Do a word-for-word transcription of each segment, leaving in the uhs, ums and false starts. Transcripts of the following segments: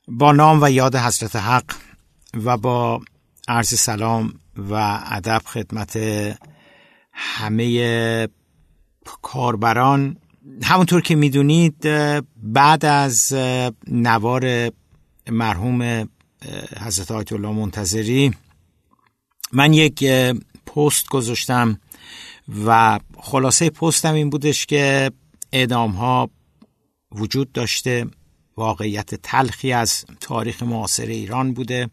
با نام و یاد حضرت حق و با عرض سلام و ادب خدمت همه کاربران. همونطور که میدونید بعد از نوار مرحوم حضرت آیت الله منتظری من یک پست گذاشتم و خلاصه پستم این بودش که اعدام ها وجود داشته، واقعیت تلخی از تاریخ معاصر ایران بوده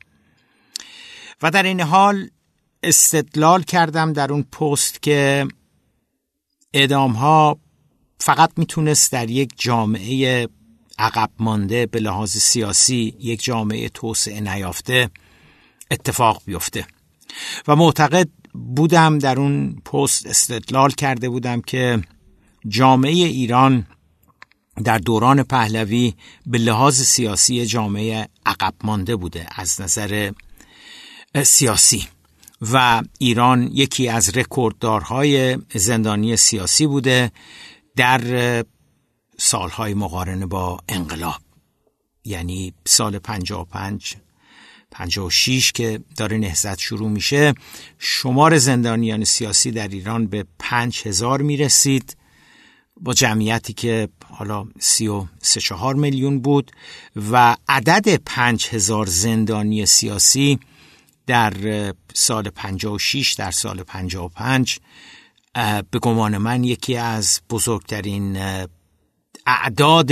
و در این حال استدلال کردم در اون پست که اعدام ها فقط میتونست در یک جامعه عقب مانده به لحاظ سیاسی، یک جامعه توسعه نیافته اتفاق بیفته و معتقد بودم، در اون پست استدلال کرده بودم که جامعه ایران در دوران پهلوی به لحاظ سیاسی جامعه عقب مانده بوده از نظر سیاسی و ایران یکی از رکورددارهای زندانی سیاسی بوده در سالهای مقارنه با انقلاب، یعنی سال پنجاه و پنج پنجاه و شش که داره نهضت شروع میشه، شمار زندانیان سیاسی در ایران به پنج هزار میرسید با جمعیتی که حالا سی و سه چهار میلیون بود و عدد پنج هزار زندانی سیاسی در سال پنجاه و شش در سال پنجاه و پنج به گمان من یکی از بزرگترین اعداد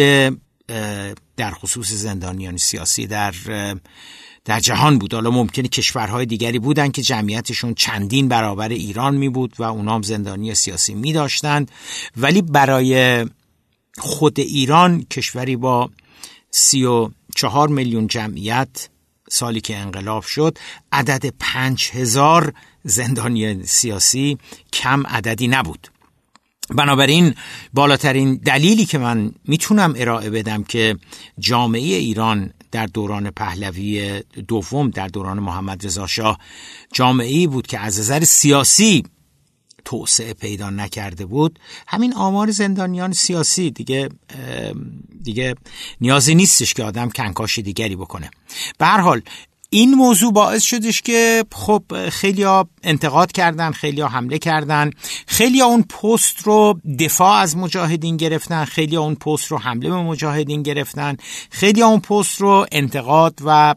در خصوص زندانیان سیاسی در در جهان بود. حالا ممکنه کشورهای دیگری بودن که جمعیتشون چندین برابر ایران می بود و اونام زندانی سیاسی می داشتند، ولی برای خود ایران، کشوری با سی و چهار میلیون جمعیت، سالی که انقلاب شد عدد پنج هزار زندانی سیاسی کم عددی نبود. بنابراین بالاترین دلیلی که من میتونم ارائه بدم که جامعه ایران در دوران پهلوی دوم، در دوران محمد رضا شاه، جامعه‌ای بود که از نظر سیاسی توسعه پیدا نکرده بود، همین آمار زندانیان سیاسی دیگه دیگه نیازی نیستش که آدم کنکاش دیگری بکنه. به هر حال این موضوع باعث شدش که خب خیلیا انتقاد کردن، خیلیا حمله کردن، خیلیا اون پست رو دفاع از مجاهدین گرفتن، خیلیا اون پست رو حمله به مجاهدین گرفتن، خیلیا اون پست رو انتقاد و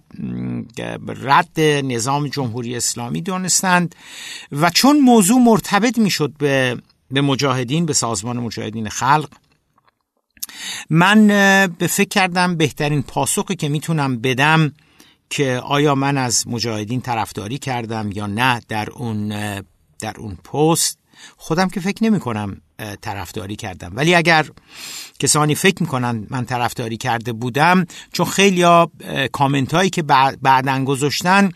رد نظام جمهوری اسلامی دونستند و چون موضوع مرتبط میشد به به مجاهدین، به سازمان مجاهدین خلق، من به فکر کردم بهترین پاسخی که میتونم بدم که آیا من از مجاهدین طرفداری کردم یا نه در اون در اون پست. خودم که فکر نمی کنم طرفداری کردم، ولی اگر کسانی فکر میکنن من طرفداری کرده بودم، چون خیلیا کامنت هایی که بعدن گذاشتن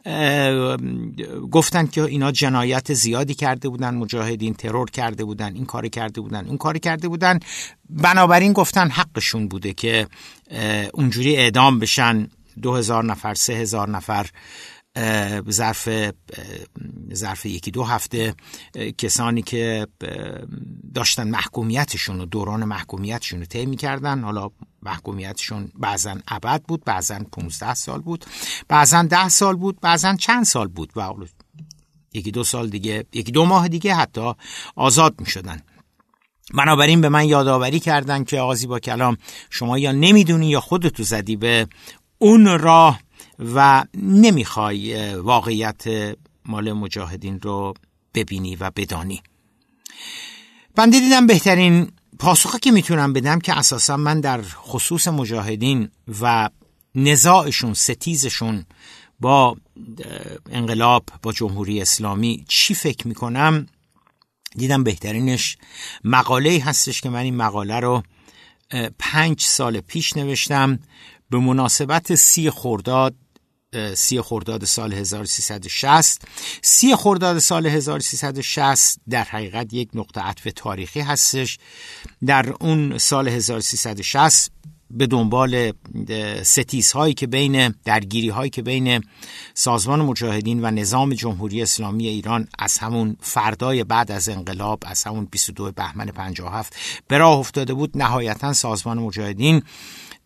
گفتن که اینا جنایت زیادی کرده بودن، مجاهدین ترور کرده بودن، این کار کرده بودن، اون کار کرده بودن، بنابراین گفتن حقشون بوده که اونجوری اعدام بشن. دو هزار نفر، سه هزار نفر ظرف ظرف یکی دو هفته کسانی که داشتن محکومیتشون و دوران محکومیتشون رو طی می‌کردن، حالا محکومیتشون بعضا ابد بود، بعضا پانزده سال بود، بعضا ده سال بود، بعضا چند سال بود و یکی دو سال دیگه، یکی دو ماه دیگه حتی آزاد می‌شدن. بنابراین به من یادآوری کردن که آغازی با کلام، شما یا نمیدونی یا خودتو زدی به اون راه و نمیخوای واقعیت مال مجاهدین رو ببینی و بدانی. بنده دیدم بهترین پاسخی که میتونم بدم که اساسا من در خصوص مجاهدین و نزاعشون، ستیزشون با انقلاب، با جمهوری اسلامی چی فکر میکنم، دیدم بهترینش مقاله‌ای هستش که من این مقاله رو پنج سال پیش نوشتم به مناسبت سی خرداد سی خرداد سال هزار و سیصد و شصت. سی خرداد سال هزار و سیصد و شصت در حقیقت یک نقطه عطف تاریخی هستش. در اون سال هزار و سیصد و شصت به دنبال ستیزهایی که بین درگیری‌هایی که بین سازمان مجاهدین و نظام جمهوری اسلامی ایران از همون فردای بعد از انقلاب، از همون بیست و دو بهمن پنجاه و هفت به راه افتاده بود، نهایتاً سازمان مجاهدین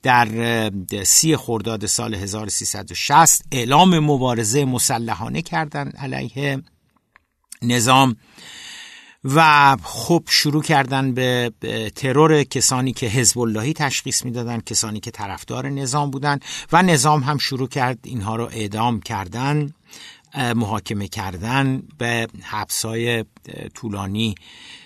در سی خرداد سال هزار و سیصد و شصت اعلام مبارزه مسلحانه کردند علیه نظام و خب شروع کردن به ترور کسانی که حزب اللهی تشخیص میدادن، کسانی که طرفدار نظام بودن و نظام هم شروع کرد اینها رو اعدام کردن، محاکمه کردن، به حبس‌های طولانی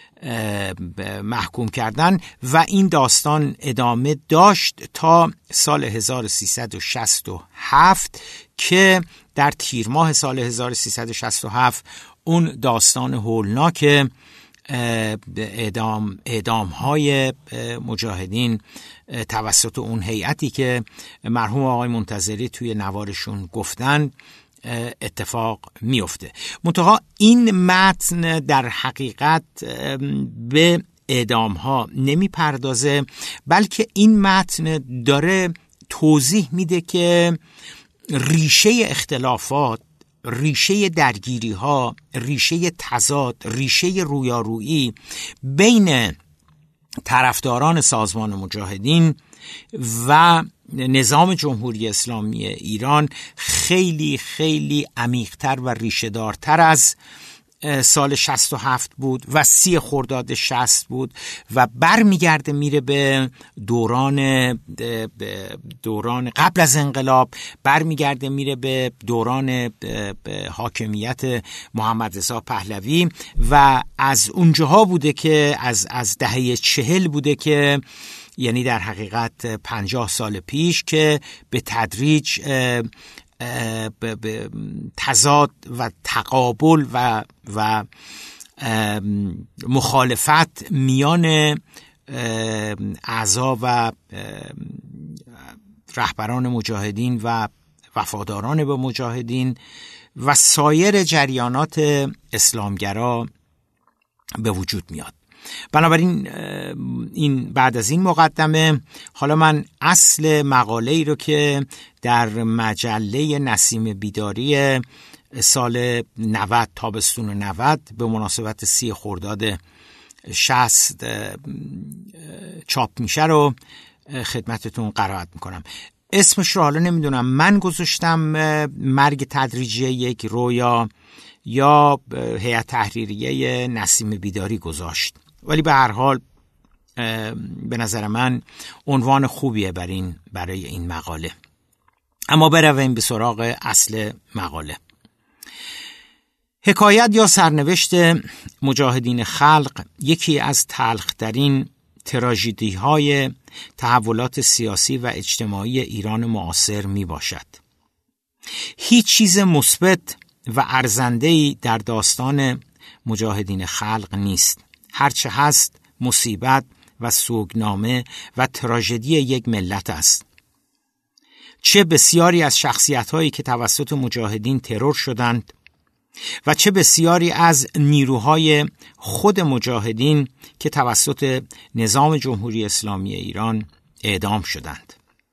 محکوم کردن و این داستان ادامه داشت تا سال هزار و سیصد و شصت و هفت که در تیر ماه سال هزار و سیصد و شصت و هفت اون داستان هولناک اعدام اعدام های مجاهدین توسط اون هیئتی که مرحوم آقای منتظری توی نوارشون گفتن اتفاق میفته. منتها این متن در حقیقت به اعدام ها نمی پردازه، بلکه این متن داره توضیح میده که ریشه اختلافات، ریشه درگیری ها، ریشه تضاد، ریشه رویارویی بین طرفداران سازمان مجاهدین و نظام جمهوری اسلامی ایران خیلی خیلی عمیق‌تر و ریشه‌دارتر از سال شصت و هفت بود و سی خرداد شصت بود و برمیگرده میره به دوران دوران قبل از انقلاب، برمیگرده میره به دوران حاکمیت محمد رضا پهلوی و از اونجاها بوده که از از دهه چهل بوده که یعنی در حقیقت پنجاه سال پیش که به تدریج تضاد و تقابل و و مخالفت میان اعضا و رهبران مجاهدین و وفاداران به مجاهدین و سایر جریانات اسلامگرا به وجود میاد. بنابراین این بعد از این مقدمه حالا من اصل مقاله ای رو که در مجله نسیم بیداری سال نود تابستون نود به مناسبت سی خرداد شصت چاپ میشه رو خدمتتون قرائت میکنم. اسمش رو حالا نمیدونم من گذاشتم مرگ تدریجی یک رویا یا هیئت تحریریه نسیم بیداری گذاشت، ولی به هر حال به نظر من عنوان خوبیه برای این برای این مقاله. اما برویم به سراغ اصل مقاله. حکایت یا سرنوشت مجاهدین خلق یکی از تلخ‌ترین تراژدی‌های تحولات سیاسی و اجتماعی ایران معاصر می باشد. هیچ چیز مثبت و ارزنده‌ای در داستان مجاهدین خلق نیست. هرچه هست مصیبت و سوگنامه و تراژدی یک ملت است. چه بسیاری از شخصیت‌هایی که توسط مجاهدین ترور شدند و چه بسیاری از نیروهای خود مجاهدین که توسط نظام جمهوری اسلامی ایران اعدام شدند.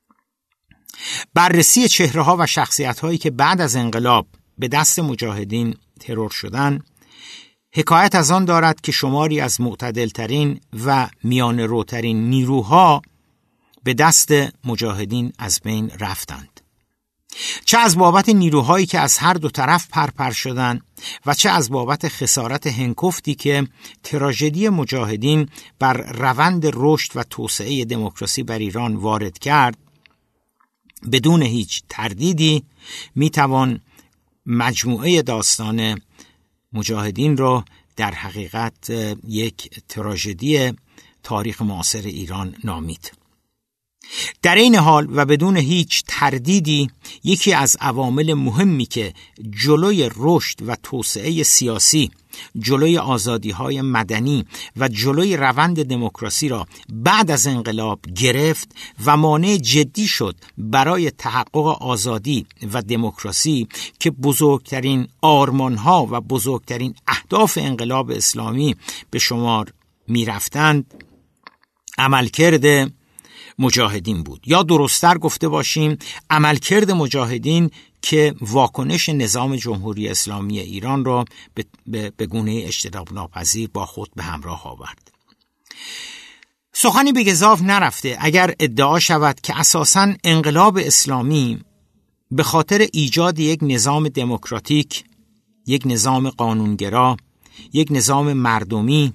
بررسی چهره‌ها و شخصیت‌هایی که بعد از انقلاب به دست مجاهدین ترور شدند حکایت از آن دارد که شماری از معتدلترین و میان روترین نیروها به دست مجاهدین از بین رفتند. چه از بابت نیروهایی که از هر دو طرف پرپر شدند و چه از بابت خسارت هنگفتی که تراژدی مجاهدین بر روند رشد و توسعه دموکراسی بر ایران وارد کرد، بدون هیچ تردیدی میتوان مجموعه داستان مجاهدین را در حقیقت یک تراژدی تاریخ معاصر ایران نامید. در این حال و بدون هیچ تردیدی یکی از عوامل مهمی که جلوی رشد و توسعه سیاسی، جلوی آزادی‌های مدنی و جلوی روند دموکراسی را بعد از انقلاب گرفت و مانع جدی شد برای تحقق آزادی و دموکراسی که بزرگترین آرمان‌ها و بزرگترین اهداف انقلاب اسلامی به شمار می‌رفتند، عملکرد مجاهدین بود، یا درست‌تر گفته باشیم عملکرد مجاهدین که واکنش نظام جمهوری اسلامی ایران را به, به, به گونه اجتناب ناپذیر با خود به همراه آورد. سخنی به گزاف نرفته اگر ادعا شود که اساساً انقلاب اسلامی به خاطر ایجاد یک نظام دموکراتیک، یک نظام قانونگرا، یک نظام مردمی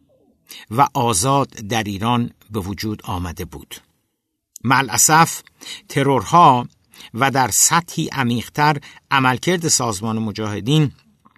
و آزاد در ایران به وجود آمده بود. ملاسف ترورها و در سطحی عمیق‌تر عملکرد سازمان مجاهدین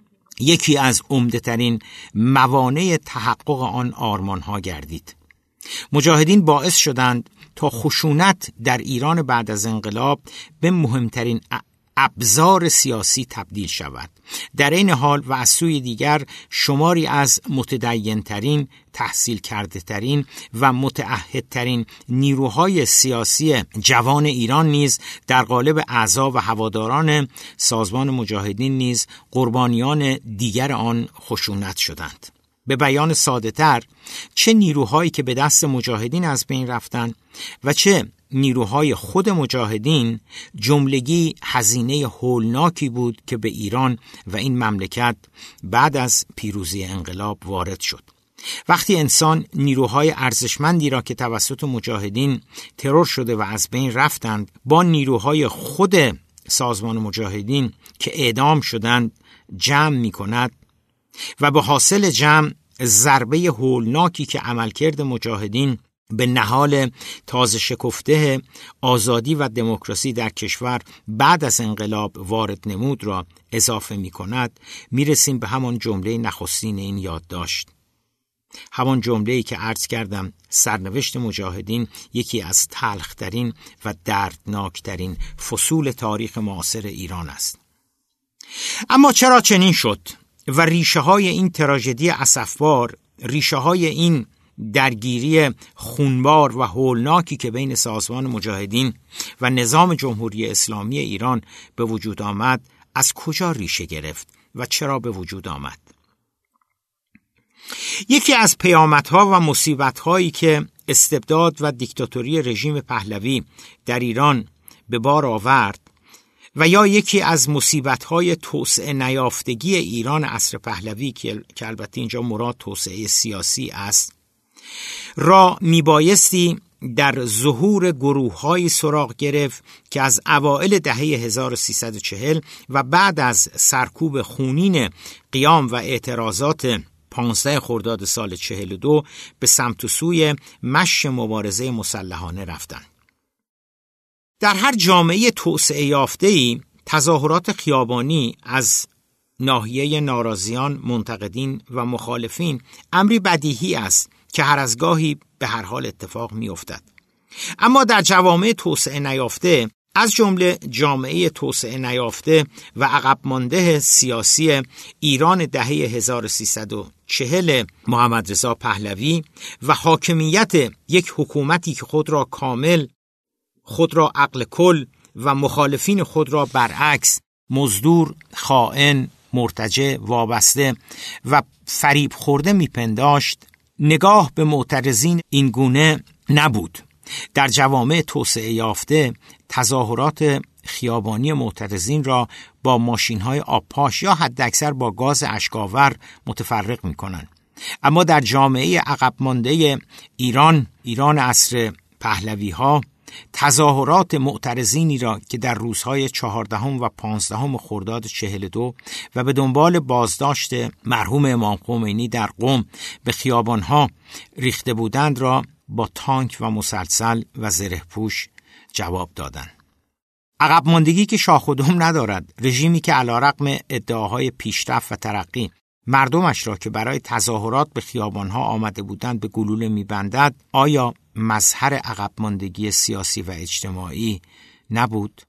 یکی از عمده‌ترین موانع تحقق آن آرمان‌ها گردید. مجاهدین باعث شدند تا خشونت در ایران بعد از انقلاب به مهمترین ابزار سیاسی تبدیل شود. در این حال و از سوی دیگر شماری از متدین‌ترین، تحصیل کرده ترین و متعهدترین نیروهای سیاسی جوان ایران نیز در قالب اعضا و هواداران سازمان مجاهدین نیز قربانیان دیگر آن خشونت شدند. به بیان ساده تر، چه نیروهایی که به دست مجاهدین از بین رفتند و چه نیروهای خود مجاهدین جملگی هزینه هولناکی بود که به ایران و این مملکت بعد از پیروزی انقلاب وارد شد. وقتی انسان نیروهای ارزشمندی را که توسط مجاهدین ترور شده و از بین رفتند با نیروهای خود سازمان مجاهدین که اعدام شدند جمع می کند و به حاصل جمع ضربه هولناکی که عملکرد مجاهدین به نهال تازه شکفته آزادی و دموکراسی در کشور بعد از انقلاب وارد نمود را اضافه می کند، می رسیم به همان جمله نخستین این یادداشت. همان جمله‌ای که عرض کردم سرنوشت مجاهدین یکی از تلخ‌ترین و دردناکترین فصول تاریخ معاصر ایران است. اما چرا چنین شد و ریشه های این تراژدی اسفبار، ریشه های این درگیری خونبار و هولناکی که بین سازمان مجاهدین و نظام جمهوری اسلامی ایران به وجود آمد از کجا ریشه گرفت و چرا به وجود آمد؟ یکی از پیامدها و مصیبت‌هایی که استبداد و دیکتاتوری رژیم پهلوی در ایران به بار آورد و یا یکی از مصیبت‌های توسعه نیافتگی ایران عصر پهلوی که البته اینجا مراد توسعه سیاسی است را میبایستی در ظهور گروه‌های سراغ گرفت که از اوائل دهه هزار و سیصد و چهل و بعد از سرکوب خونین قیام و اعتراضات پانزده خرداد سال چهل و دو به سمت و سوی مشی مبارزه مسلحانه رفتند. در هر جامعه توسعه یافته‌ای تظاهرات خیابانی از ناحیه ناراضیان، منتقدین و مخالفین امری بدیهی است که هر از گاهی به هر حال اتفاق می افتد. اما در جوامع توسعه نیافته از جمله جامعه توسعه نیافته و عقب مانده سیاسی ایران دهه هزار و سیصد و چهل محمد رضا پهلوی و حاکمیت یک حکومتی که خود را کامل، خود را عقل کل و مخالفین خود را برعکس مزدور، خائن، مرتجع، وابسته و فریب خورده میپنداشت، نگاه به معترضین این گونه نبود. در جوامع توسعه یافته تظاهرات خیابانی معترضین را با ماشین‌های آبپاش یا حداکثر با گاز اشک‌آور متفرق می‌کنند. اما در جامعه عقب مانده ایران، ایران عصر پهلوی‌ها، تظاهرات معترضینی را که در روزهای چهاردهم و پانزدهم خرداد چهل و دو و به دنبال بازداشت مرحوم امام خمینی در قم به خیابانها ریخته بودند را با تانک و مسلسل و زره‌پوش جواب دادند. عقب ماندگی که شاخ و دم ندارد، رژیمی که علیرغم ادعاهای پیشرفت و ترقی مردمش را که برای تظاهرات به خیابانها آمده بودند به گلوله می‌بندد، آیا مظهر عقب ماندگی سیاسی و اجتماعی نبود؟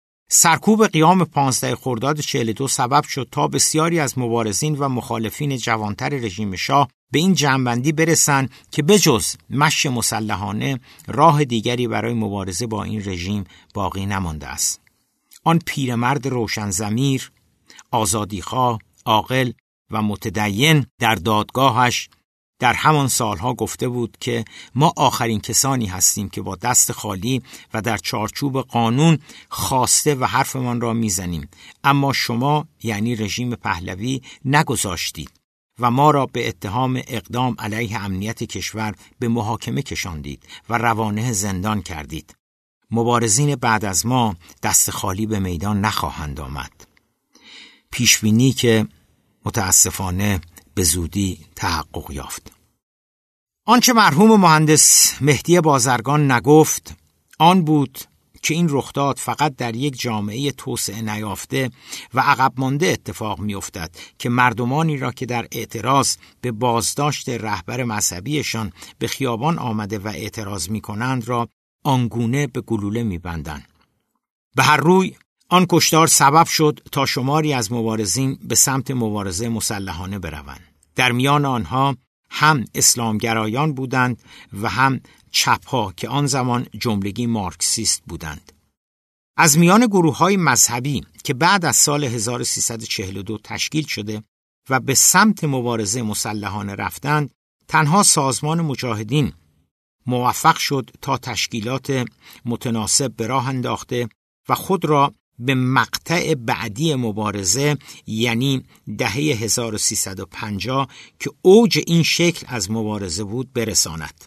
سرکوب قیام پانزده خرداد چهل و دو سبب شد تا بسیاری از مبارزین و مخالفین جوانتر رژیم شاه به این جمع‌بندی برسند که بجز مشی مسلحانه راه دیگری برای مبارزه با این رژیم باقی نمانده است. آن پیرمرد روشن ضمیر، آزادیخواه، عاقل و متدین در دادگاهش در همان سالها گفته بود که ما آخرین کسانی هستیم که با دست خالی و در چارچوب قانون خواسته و حرفمان را میزنیم، اما شما یعنی رژیم پهلوی نگذاشتید و ما را به اتهام اقدام علیه امنیت کشور به محاکمه کشاندید و روانه زندان کردید. مبارزین بعد از ما دست خالی به میدان نخواهند آمد. پیشبینی که متاسفانه به زودی تحقق یافت. آنچه مرحوم مهندس مهدی بازرگان نگفت آن بود که این رخداد فقط در یک جامعه توسعه نیافته و عقب مانده اتفاق می‌افتد که مردمانی را که در اعتراض به بازداشت رهبر مذهبیشان به خیابان آمده و اعتراض می‌کنند را آنگونه به گلوله می‌بندند. به هر روی آن کشتار سبب شد تا شماری از مبارزین به سمت مبارزه مسلحانه بروند. در میان آنها هم اسلامگرایان بودند و هم چپ‌ها که آن زمان جملگی مارکسیست بودند. از میان گروه‌های مذهبی که بعد از سال هزار و سیصد و چهل و دو تشکیل شده و به سمت مبارزه مسلحانه رفتند، تنها سازمان مجاهدین موفق شد تا تشکیلات متناسب به راه انداخته و خود را به مقطع بعدی مبارزه، یعنی دهه هزار و سیصد و پنجاه که اوج این شکل از مبارزه بود، برساند.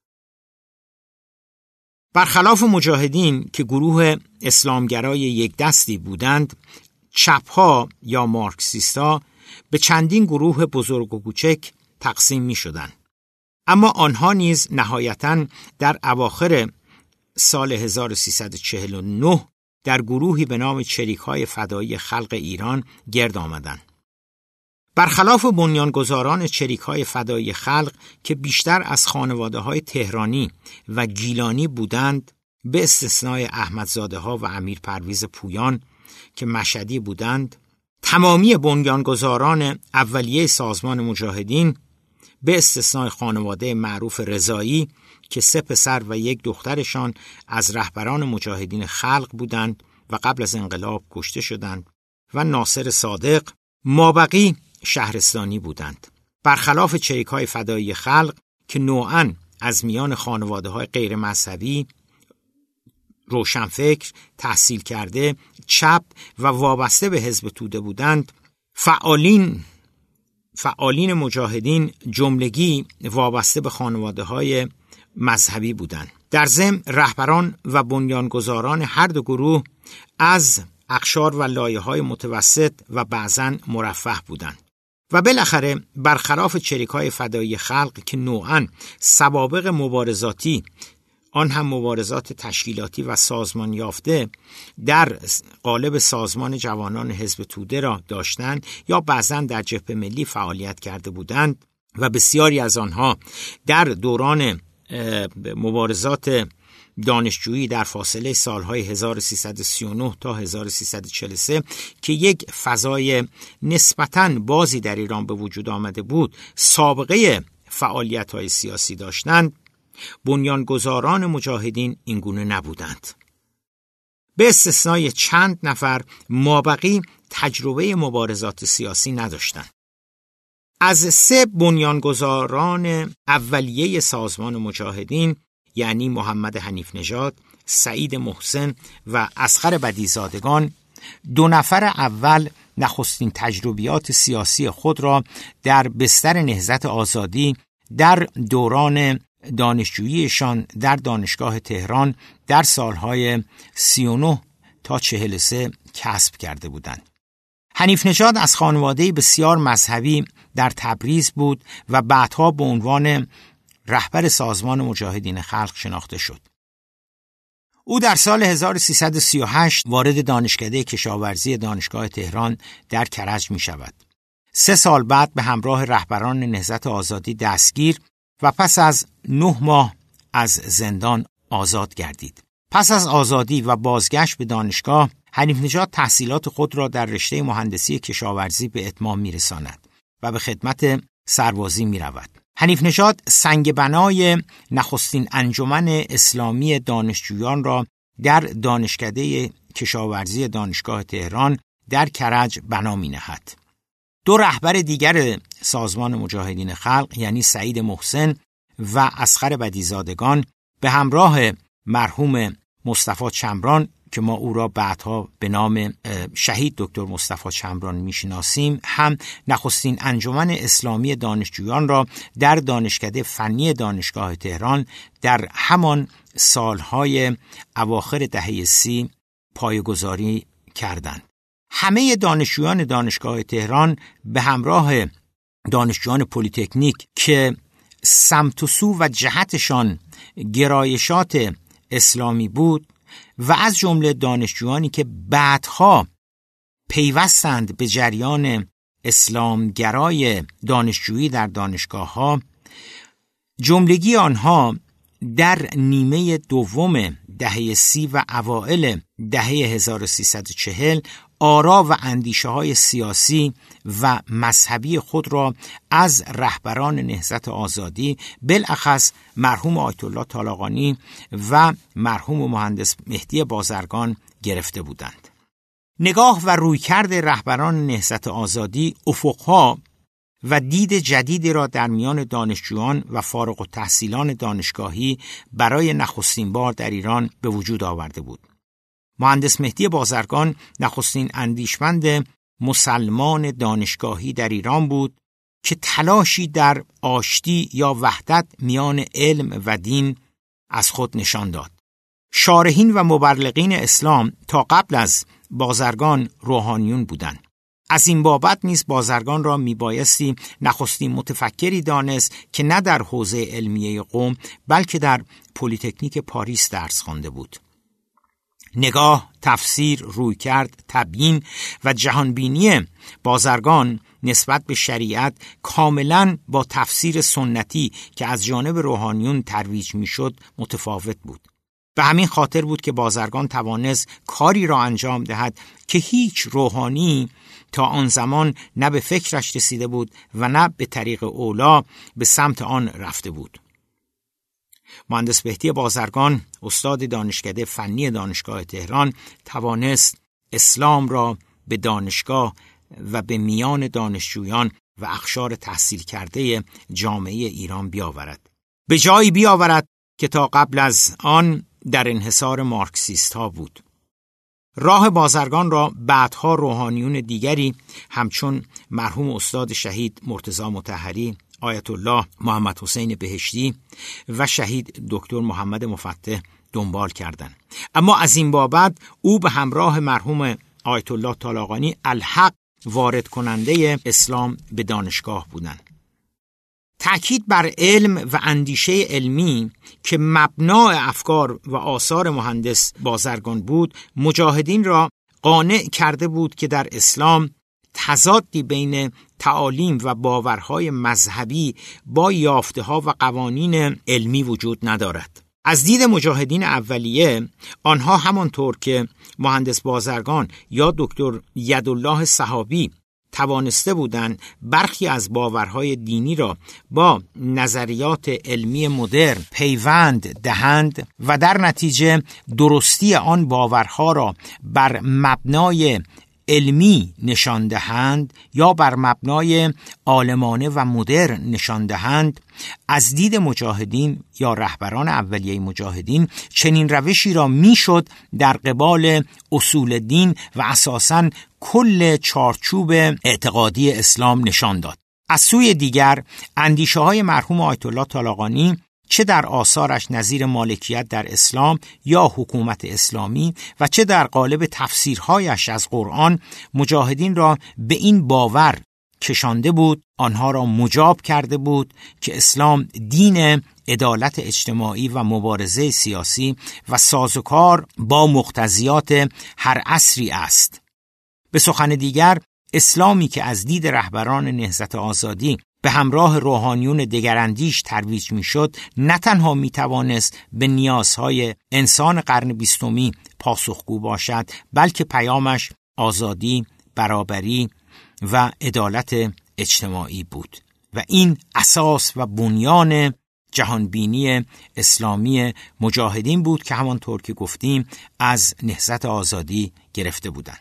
برخلاف مجاهدین که گروه اسلامگرای یک دستی بودند، چپ‌ها یا مارکسیست‌ها به چندین گروه بزرگ و کوچک تقسیم می شدند. اما آنها نیز نهایتاً در اواخر سال هزار و سیصد و چهل و نه در گروهی به نام چریک‌های فدایی خلق ایران گرد آمدند. برخلاف بنیانگذاران چریک‌های فدایی خلق که بیشتر از خانواده‌های تهرانی و گیلانی بودند، به استثنای احمدزاده‌ها و امیر پرویز پویان که مشهدی بودند، تمامی بنیانگذاران اولیه سازمان مجاهدین به استثنای خانواده معروف رضایی که سه پسر و یک دخترشان از رهبران مجاهدین خلق بودند و قبل از انقلاب کشته شدند، و ناصر صادق، مابقی شهرستانی بودند. برخلاف چریک‌های فدایی خلق که نوعاً از میان خانواده‌های غیر مذهبی، روشنفکر، تحصیل کرده، چپ و وابسته به حزب توده بودند، فعالین فعالین مجاهدین جملگی وابسته به خانواده‌های مذهبی بودند. در ضمن رهبران و بنیانگذاران هر دو گروه از اقشار و لایه‌های متوسط و بعضاً مرفه بودند. و بالاخره برخلاف چریک‌های فدایی خلق که نوعاً سوابق مبارزاتی، آن هم مبارزات تشکیلاتی و سازمان یافته، در قالب سازمان جوانان حزب توده را داشتند یا بعضاً در جبهه ملی فعالیت کرده بودند و بسیاری از آنها در دوران مبارزات دانشجویی در فاصله سالهای هزار و سیصد و سی و نه تا هزار و سیصد و چهل و سه که یک فضای نسبتاً بازی در ایران به وجود آمده بود، سابقه فعالیت‌های سیاسی داشتند، بنیانگذاران مجاهدین اینگونه نبودند. به استثنای چند نفر مابقی تجربه مبارزات سیاسی نداشتند. از سه بنیانگذاران اولیه سازمان مجاهدین، یعنی محمد حنیف نژاد، سعید محسن و اصغر بدیزادگان، دو نفر اول نخستین تجربیات سیاسی خود را در بستر نهضت آزادی در دوران دانشجوییشان در دانشگاه تهران در سالهای سی و نه تا چهل و سه کسب کرده بودند. حنیف نژاد از خانواده‌ای بسیار مذهبی در تبریز بود و بعدها به عنوان رهبر سازمان مجاهدین خلق شناخته شد. او در سال هزار و سیصد و سی و هشت وارد دانشکده کشاورزی دانشگاه تهران در کرج می شود. سه سال بعد به همراه رهبران نهضت آزادی دستگیر و پس از نه ماه از زندان آزاد گردید. پس از آزادی و بازگشت به دانشگاه، حنیف نژاد تحصیلات خود را در رشته مهندسی کشاورزی به اتمام می‌رساند و به خدمت سربازی می‌رود. حنیف نژاد سنگ بنای نخستین انجمن اسلامی دانشجویان را در دانشکده کشاورزی دانشگاه تهران در کرج بنا می‌نهد. دو رهبر دیگر سازمان مجاهدین خلق، یعنی سعید محسن و اصغر بدیزادگان، به همراه مرحوم مصطفی چمران که ما او را بعدها به نام شهید دکتر مصطفی چمران میشناسیم هم نخستین انجمن اسلامی دانشجویان را در دانشکده فنی دانشگاه تهران در همان سالهای اواخر دهه سی پایه‌گذاری کردند. همه دانشجویان دانشگاه تهران به همراه دانشجویان پلی‌تکنیک که سمت و سو و جهتشان گرایشات اسلامی بود و از جمله دانشجویانی که بعدها پیوستند به جریان اسلامگرای دانشجویی در دانشگاه‌ها، جملگی آنها در نیمه دوم دهه سی و اوائل دهه هزار و سیصد و چهل آرا و اندیشه های سیاسی و مذهبی خود را از رهبران نهضت آزادی، بالاخص مرحوم آیت الله طالقانی و مرحوم مهندس مهدی بازرگان گرفته بودند. نگاه و رویکرد رهبران نهضت آزادی افقها و دید جدیدی را در میان دانشجویان و فارغ التحصیلان دانشگاهی برای نخستین بار در ایران به وجود آورده بود. مهندس مهدی بازرگان نخستین اندیشمند مسلمان دانشگاهی در ایران بود که تلاشی در آشتی یا وحدت میان علم و دین از خود نشان داد. شارحین و مبلغین اسلام تا قبل از بازرگان روحانیون بودند. از این بابت نیز بازرگان را میبایستی نخستین متفکری دانست که نه در حوزه علمیه قم بلکه در پلی‌تکنیک پاریس درس خوانده بود. نگاه، تفسیر، رویکرد، تبیین و جهانبینی بازرگان نسبت به شریعت کاملاً با تفسیر سنتی که از جانب روحانیون ترویج میشد متفاوت بود. به همین خاطر بود که بازرگان توانست کاری را انجام دهد که هیچ روحانی تا آن زمان نه به فکرش رسیده بود و نه به طریق اولا به سمت آن رفته بود. مهندس مهدی بازرگان، استاد دانشکده فنی دانشگاه تهران، توانست اسلام را به دانشگاه و به میان دانشجویان و اقشار تحصیل کرده جامعه ایران بیاورد. به جایی بیاورد که تا قبل از آن در انحصار مارکسیست ها بود. راه بازرگان را بعدها روحانیون دیگری همچون مرحوم استاد شهید مرتضی مطهری، آیت الله محمد حسین بهشتی و شهید دکتر محمد مفتح دنبال کردند. اما از این بابت او به همراه مرحوم آیت الله طالقانی الحق وارد کننده اسلام به دانشگاه بودند. تأکید بر علم و اندیشه علمی که مبنای افکار و آثار مهندس بازرگان بود، مجاهدین را قانع کرده بود که در اسلام تضادی بین تعالیم و باورهای مذهبی با یافته‌ها و قوانین علمی وجود ندارد. از دید مجاهدین اولیه، آنها همانطور که مهندس بازرگان یا دکتر یدالله صحابی توانسته بودند برخی از باورهای دینی را با نظریات علمی مدرن پیوند دهند و در نتیجه درستی آن باورها را بر مبنای علمی نشان دهند یا بر مبنای عالمانه و مدرن نشان دهند، از دید مجاهدین یا رهبران اولیه مجاهدین چنین روشی را میشد در قبال اصول دین و اساساً کل چارچوب اعتقادی اسلام نشان داد. از سوی دیگر اندیشه های مرحوم آیت الله طالقانی چه در آثارش نظیر مالکیت در اسلام یا حکومت اسلامی و چه در قالب تفسیرهایش از قرآن مجاهدین را به این باور کشانده بود، آنها را مجاب کرده بود که اسلام دین عدالت اجتماعی و مبارزه سیاسی و سازوکار با مقتضیات هر عصری است. به سخن دیگر، اسلامی که از دید رهبران نهضت آزادی به همراه روحانیون دگراندیش ترویج میشد، نه تنها میتوانست به نیازهای انسان قرن بیستمی پاسخگو باشد، بلکه پیامش آزادی، برابری و عدالت اجتماعی بود و این اساس و بنیان جهانبینی اسلامی مجاهدین بود که همانطور که گفتیم از نهضت آزادی گرفته بودند.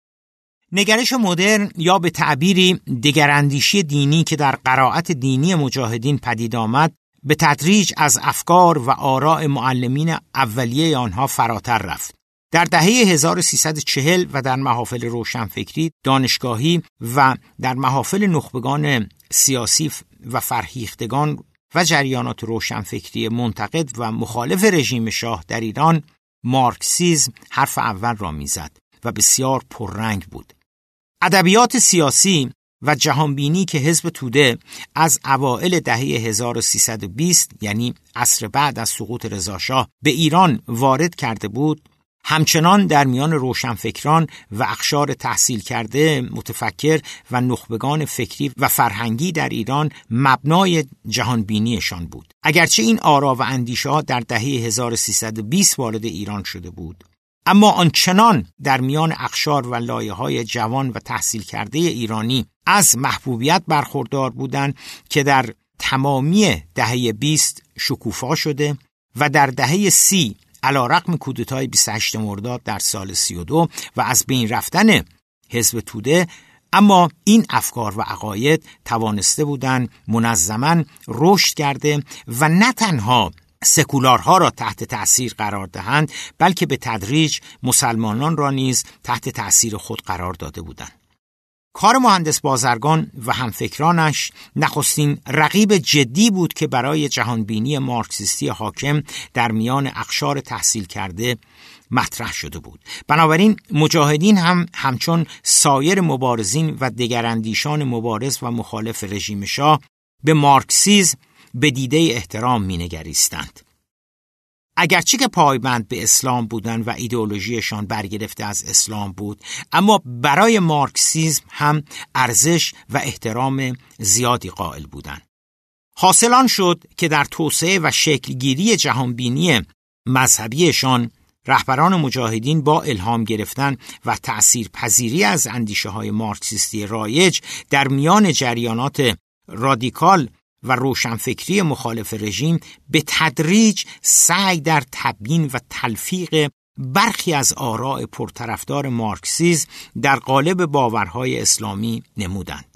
نگرش مدرن یا به تعبیری دگراندیشی دینی که در قرائت دینی مجاهدین پدید آمد، به تدریج از افکار و آراء معلمین اولیه آنها فراتر رفت. در دهه هزار و سیصد و چهل و در محافل روشنفکری دانشگاهی و در محافل نخبگان سیاسی و فرهیختگان و جریانات روشنفکری منتقد و مخالف رژیم شاه در ایران، مارکسیسم حرف اول را میزد و بسیار پررنگ بود. ادبیات سیاسی و جهانبینی که حزب توده از اوائل دهه هزار و سیصد و بیست یعنی عصر بعد از سقوط رضاشاه به ایران وارد کرده بود، همچنان در میان روشنفکران و اقشار تحصیل کرده متفکر و نخبگان فکری و فرهنگی در ایران مبنای جهانبینیشان بود. اگرچه این آرا و اندیشه ها در دهه هزار و سیصد و بیست وارد ایران شده بود، اما آنچنان در میان اقشار و لایه‌های جوان و تحصیل کرده ایرانی از محبوبیت برخوردار بودند که در تمامی دهه بیست شکوفا شده و در دهه سی علی‌رغم کودتای بیست و هشتم مرداد در سال سی و دو و از بین رفتن حزب توده، اما این افکار و عقاید توانسته بودند منظماً رشد کرده و نه تنها سکولارها را تحت تأثیر قرار دهند، بلکه به تدریج مسلمانان را نیز تحت تأثیر خود قرار داده بودند. کار مهندس بازرگان و همفکرانش نخستین رقیب جدی بود که برای جهانبینی مارکسیستی حاکم در میان اقشار تحصیل کرده مطرح شده بود. بنابراین مجاهدین هم همچون سایر مبارزین و دگراندیشان مبارز و مخالف رژیم شاه به مارکسیسم به دیده احترام مینگریستند. اگرچه که پایبند به اسلام بودند و ایدئولوژیشان برگرفته از اسلام بود، اما برای مارکسیسم هم ارزش و احترام زیادی قائل بودند. حاصل آن شد که در توسعه و شکلگیری جهانبینی مذهبیشان رهبران مجاهدین با الهام گرفتن و تأثیر پذیری از اندیشه های مارکسیستی رایج در میان جریانات رادیکال و روشنفکری مخالف رژیم به تدریج سعی در تبیین و تلفیق برخی از آراء پرطرفدار مارکسیسم در قالب باورهای اسلامی نمودند.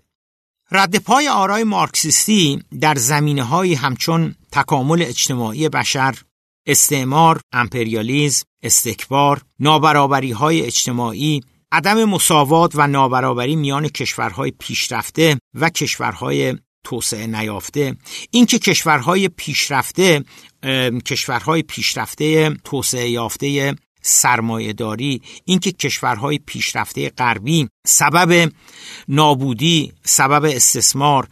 رد پای آراء مارکسیستی در زمینه‌های همچون تکامل اجتماعی بشر، استعمار، امپریالیسم، استکبار، نابرابری‌های اجتماعی، عدم مساوات و نابرابری میان کشورهای پیشرفته و کشورهای توسعه نیافته، این که کشورهای پیشرفته کشورهای پیشرفته توسعه یافته سرمایه‌داری، این که کشورهای پیشرفته غربی سبب نابودی، سبب استثمار،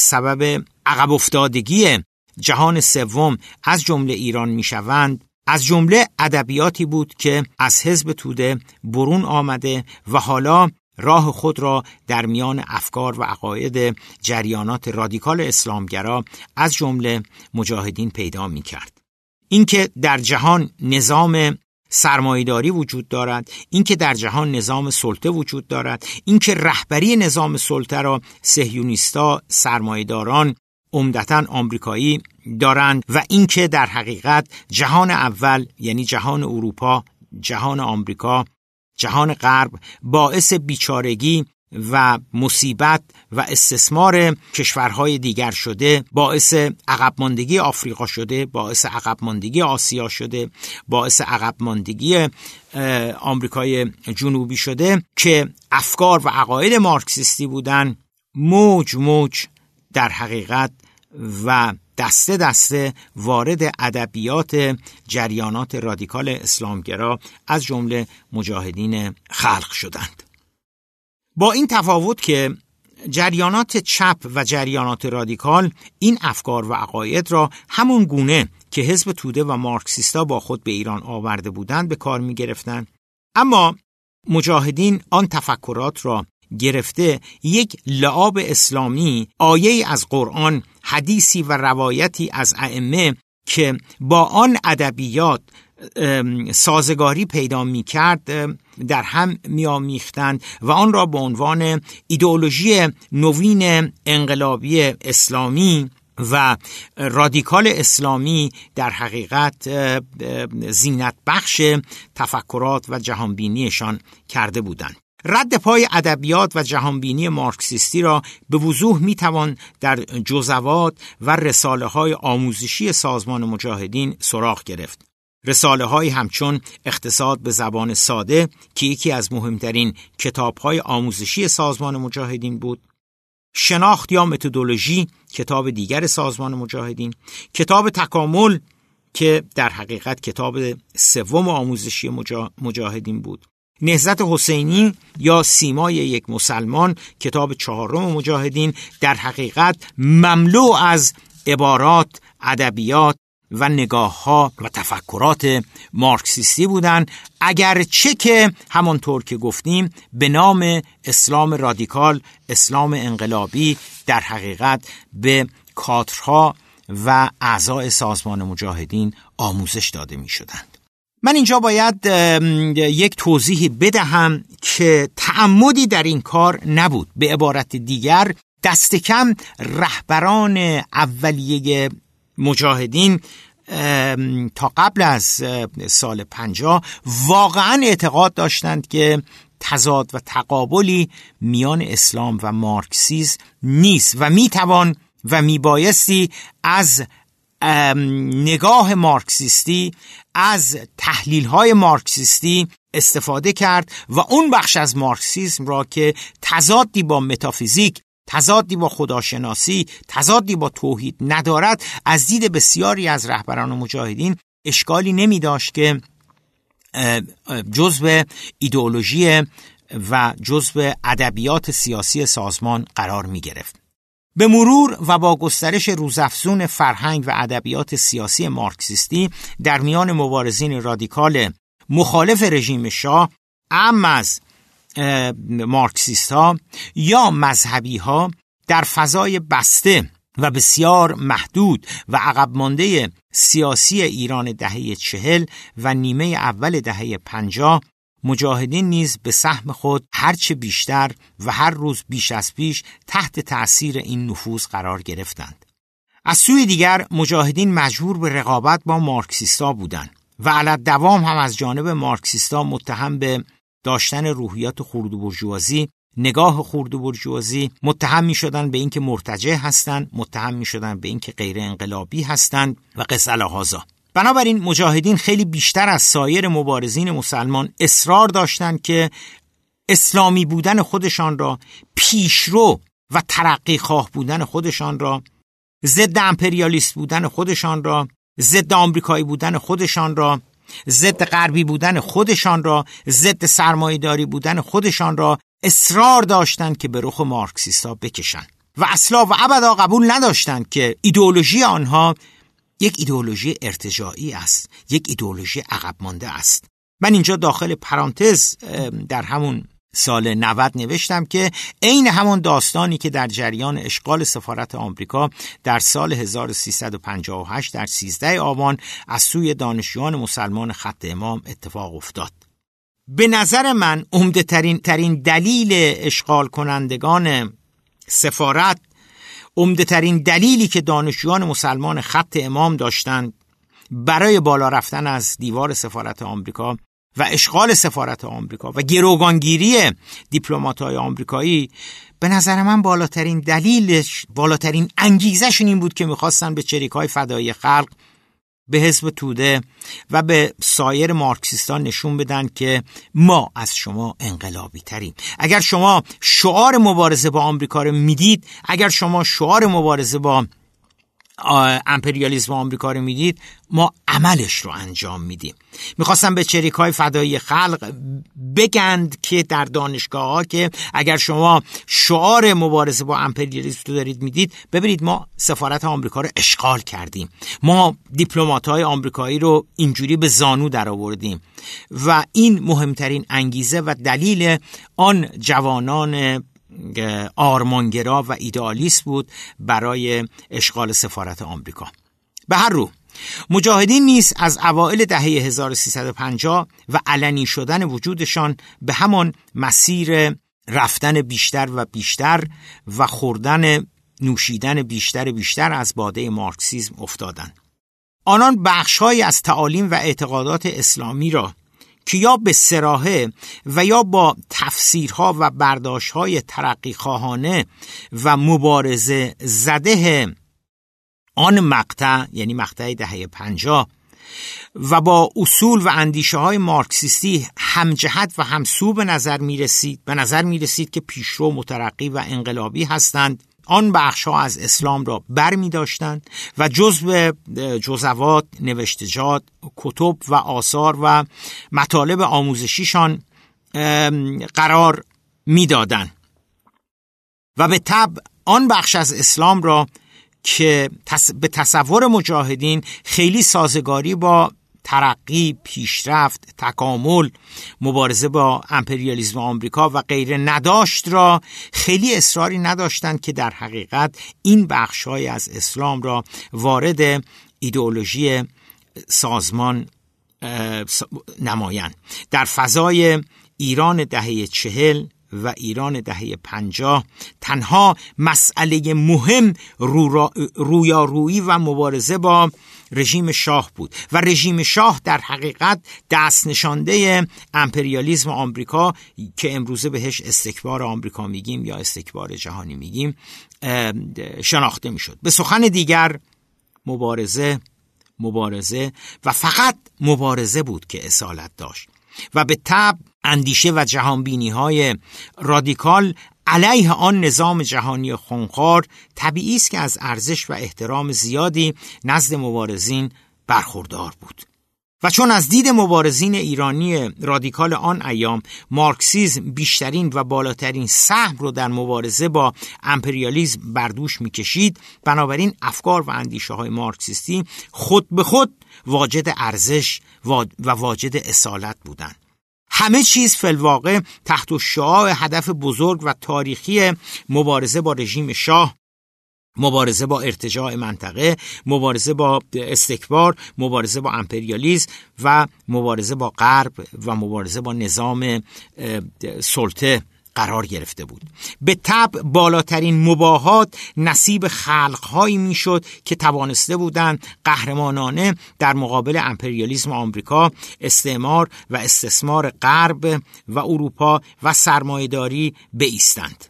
سبب عقب افتادگی جهان سوم از جمله ایران میشوند، از جمله ادبیاتی بود که از حزب توده برون آمده و حالا راه خود را در میان افکار و عقاید جریانات رادیکال اسلامگرا از جمله مجاهدین پیدا می کرد. اینکه در جهان نظام سرمایه‌داری وجود دارد، اینکه در جهان نظام سلطه وجود دارد، اینکه رهبری نظام سلطه را صهیونیستا سرمایه‌داران عمدتاً آمریکایی دارند و اینکه در حقیقت جهان اول یعنی جهان اروپا، جهان آمریکا، جهان غرب باعث بیچارگی و مصیبت و استثمار کشورهای دیگر شده، باعث عقب ماندگی آفریقا شده، باعث عقب ماندگی آسیا شده، باعث عقب ماندگی آمریکای جنوبی شده که افکار و عقاید مارکسیستی بودن موج موج در حقیقت و دسته دسته وارد ادبیات جریانات رادیکال اسلامگرا از جمله مجاهدین خلق شدند. با این تفاوت که جریانات چپ و جریانات رادیکال این افکار و عقاید را همون گونه که حزب توده و مارکسیستا با خود به ایران آورده بودند به کار می گرفتند، اما مجاهدین آن تفکرات را گرفته یک لعاب اسلامی، آیه‌ای از قرآن، حدیثی و روایتی از ائمه که با آن ادبیات سازگاری پیدا می کرد در هم می آمیختند و آن را به عنوان ایدئولوژی نوین انقلابی اسلامی و رادیکال اسلامی در حقیقت زینت بخش تفکرات و جهانبینیشان کرده بودند. رد پای ادبیات و جهانبینی مارکسیستی را به وضوح میتوان در جزوات و رساله‌های آموزشی سازمان مجاهدین سراغ گرفت. رساله های همچون اقتصاد به زبان ساده که یکی از مهمترین کتاب های آموزشی سازمان مجاهدین بود، شناخت یا متدولوژی کتاب دیگر سازمان مجاهدین، کتاب تکامل که در حقیقت کتاب سوم آموزشی مجاهدین بود، نهضت حسینی یا سیمای یک مسلمان کتاب چهارم مجاهدین در حقیقت مملو از عبارات، ادبیات و نگاه‌ها و تفکرات مارکسیستی بودند، اگرچه که همانطور که گفتیم به نام اسلام رادیکال، اسلام انقلابی در حقیقت به کادرها و اعضای سازمان مجاهدین آموزش داده می شدند. من اینجا باید یک توضیح بدهم که تعمدی در این کار نبود. به عبارت دیگر دست کم رهبران اولیه مجاهدین تا قبل از سال پنجاه واقعا اعتقاد داشتند که تضاد و تقابلی میان اسلام و مارکسیسم نیست و میتوان و میبایستی از نگاه مارکسیستی، از تحلیل‌های مارکسیستی استفاده کرد و اون بخش از مارکسیسم را که تضادی با متافیزیک، تضادی با خداشناسی، تضادی با توحید ندارد، از دید بسیاری از رهبران مجاهدین اشکالی نمی داشت که جزو ایدئولوژی و جزو ادبیات سیاسی سازمان قرار می گرفت. به مرور و با گسترش روزافزون فرهنگ و ادبیات سیاسی مارکسیستی در میان مبارزین رادیکال مخالف رژیم شاه، اعم از مارکسیست ها یا مذهبی ها، در فضای بسته و بسیار محدود و عقب مانده سیاسی ایران دهه چهل و نیمه اول دهه پنجاه، مجاهدین نیز به سهم خود هرچه بیشتر و هر روز بیش از پیش تحت تأثیر این نفوذ قرار گرفتند. از سوی دیگر مجاهدین مجبور به رقابت با مارکسیستا بودند و علی دوام هم از جانب مارکسیستا متهم به داشتن روحیات خرد بورژوازی، نگاه خرد بورژوازی، متهم می شدن به اینکه مرتجع هستند، متهم می شدن به اینکه غیر انقلابی هستند و قس الهذا. بنابراین مجاهدین خیلی بیشتر از سایر مبارزین مسلمان اصرار داشتند که اسلامی بودن خودشان را، پیشرو و ترقی خواه بودن خودشان را، ضد امپریالیست بودن خودشان را، ضد آمریکایی بودن خودشان را، ضد غربی بودن خودشان را، ضد سرمایه‌داری بودن خودشان را اصرار داشتند که به رخ مارکسیستا بکشند و اصلا و ابدا قبول نداشتند که ایدئولوژی آنها یک ایدئولوژی ارتجاعی است، یک ایدئولوژی عقب مانده است. من اینجا داخل پرانتز در همون سال نود نوشتم که عین همون داستانی که در جریان اشغال سفارت آمریکا در سال هزار و سیصد و پنجاه و هشت در سیزده آبان از سوی دانشجویان مسلمان خط امام اتفاق افتاد. به نظر من عمده ترین ترین دلیل اشغال کنندگان سفارت، عمده ترین دلیلی که دانشجویان مسلمان خط امام داشتند برای بالا رفتن از دیوار سفارت آمریکا و اشغال سفارت آمریکا و گروگانگیری دیپلمات‌های آمریکایی، به نظر من بالاترین دلیلش، بالاترین انگیزشون این بود که می‌خواستن به چریک‌های فدایی خلق، به حزب توده و به سایر مارکسیستان نشون بدن که ما از شما انقلابی تریم. اگر شما شعار مبارزه با آمریکا رو میدید، اگر شما شعار مبارزه با امپریالیسم آمریکا رو میدید، ما عملش رو انجام میدیم. میخواستم به چریکای فدایی خلق بگند که در دانشگاه ها که اگر شما شعار مبارزه با امپریالیسم رو دارید میدید، ببینید ما سفارت آمریکا رو اشغال کردیم، ما دیپلمات‌های آمریکایی رو اینجوری به زانو در آوردیم. و این مهمترین انگیزه و دلیل آن جوانان آرمانگرا و ایدئالیست بود برای اشغال سفارت آمریکا. به هر رو مجاهدین نیز از اوایل دهه هزار و سیصد و پنجاه و علنی شدن وجودشان به همان مسیر رفتن بیشتر و بیشتر و خوردن نوشیدن بیشتر بیشتر از باده مارکسیسم افتادند. آنان بخش‌هایی از تعالیم و اعتقادات اسلامی را که یا به صراحه و یا با تفسیرها و برداشت‌های ترقی‌خواهانه و مبارزه زده آن مقطع، یعنی مقطع دهه پنجاه، و با اصول و اندیشه های مارکسیستی همجهت و همسو به نظر می رسید به نظر می رسید که پیشرو، مترقی و انقلابی هستند، آن بخش ها از اسلام را بر می داشتند و جزو جزوات، نوشتجات، کتب و آثار و مطالب آموزشیشان قرار می دادند و به طبع آن بخش از اسلام را که به تصور مجاهدین خیلی سازگاری با ترقی، پیشرفت، تکامل، مبارزه با امپریالیسم آمریکا و غیره نداشت را خیلی اصراری نداشتند که در حقیقت این بخش‌های از اسلام را وارد ایدئولوژی سازمان نمایند. در فضای ایران دهه چهل و ایران دهه پنجاه تنها مسئله مهم رویارویی و مبارزه با رژیم شاه بود و رژیم شاه در حقیقت دست نشانده امپریالیسم آمریکا که امروزه بهش استکبار آمریکا میگیم یا استکبار جهانی میگیم شناخته میشد. به سخن دیگر مبارزه مبارزه و فقط مبارزه بود که اصالت داشت و به طبع اندیشه و جهانبینی های رادیکال علیه آن نظام جهانی خونخوار طبیعی است که از ارزش و احترام زیادی نزد مبارزین برخوردار بود. و چون از دید مبارزین ایرانی رادیکال آن ایام مارکسیسم بیشترین و بالاترین سهم رو در مبارزه با امپریالیسم بر دوش می‌کشید، بنابراین افکار و اندیشه های مارکسیستی خود به خود واجد ارزش و واجد اصالت بودند. همه چیز فی الواقع تحت شعاع هدف بزرگ و تاریخی مبارزه با رژیم شاه، مبارزه با ارتجاع منطقه، مبارزه با استکبار، مبارزه با امپریالیسم و مبارزه با غرب و مبارزه با نظام سلطه قرار گرفته بود. به طبع بالاترین مباهات نصیب خلق‌هایی میشد که توانسته بودند قهرمانانه در مقابل امپریالیسم آمریکا، استعمار و استثمار غرب و اروپا و سرمایه‌داری بایستند.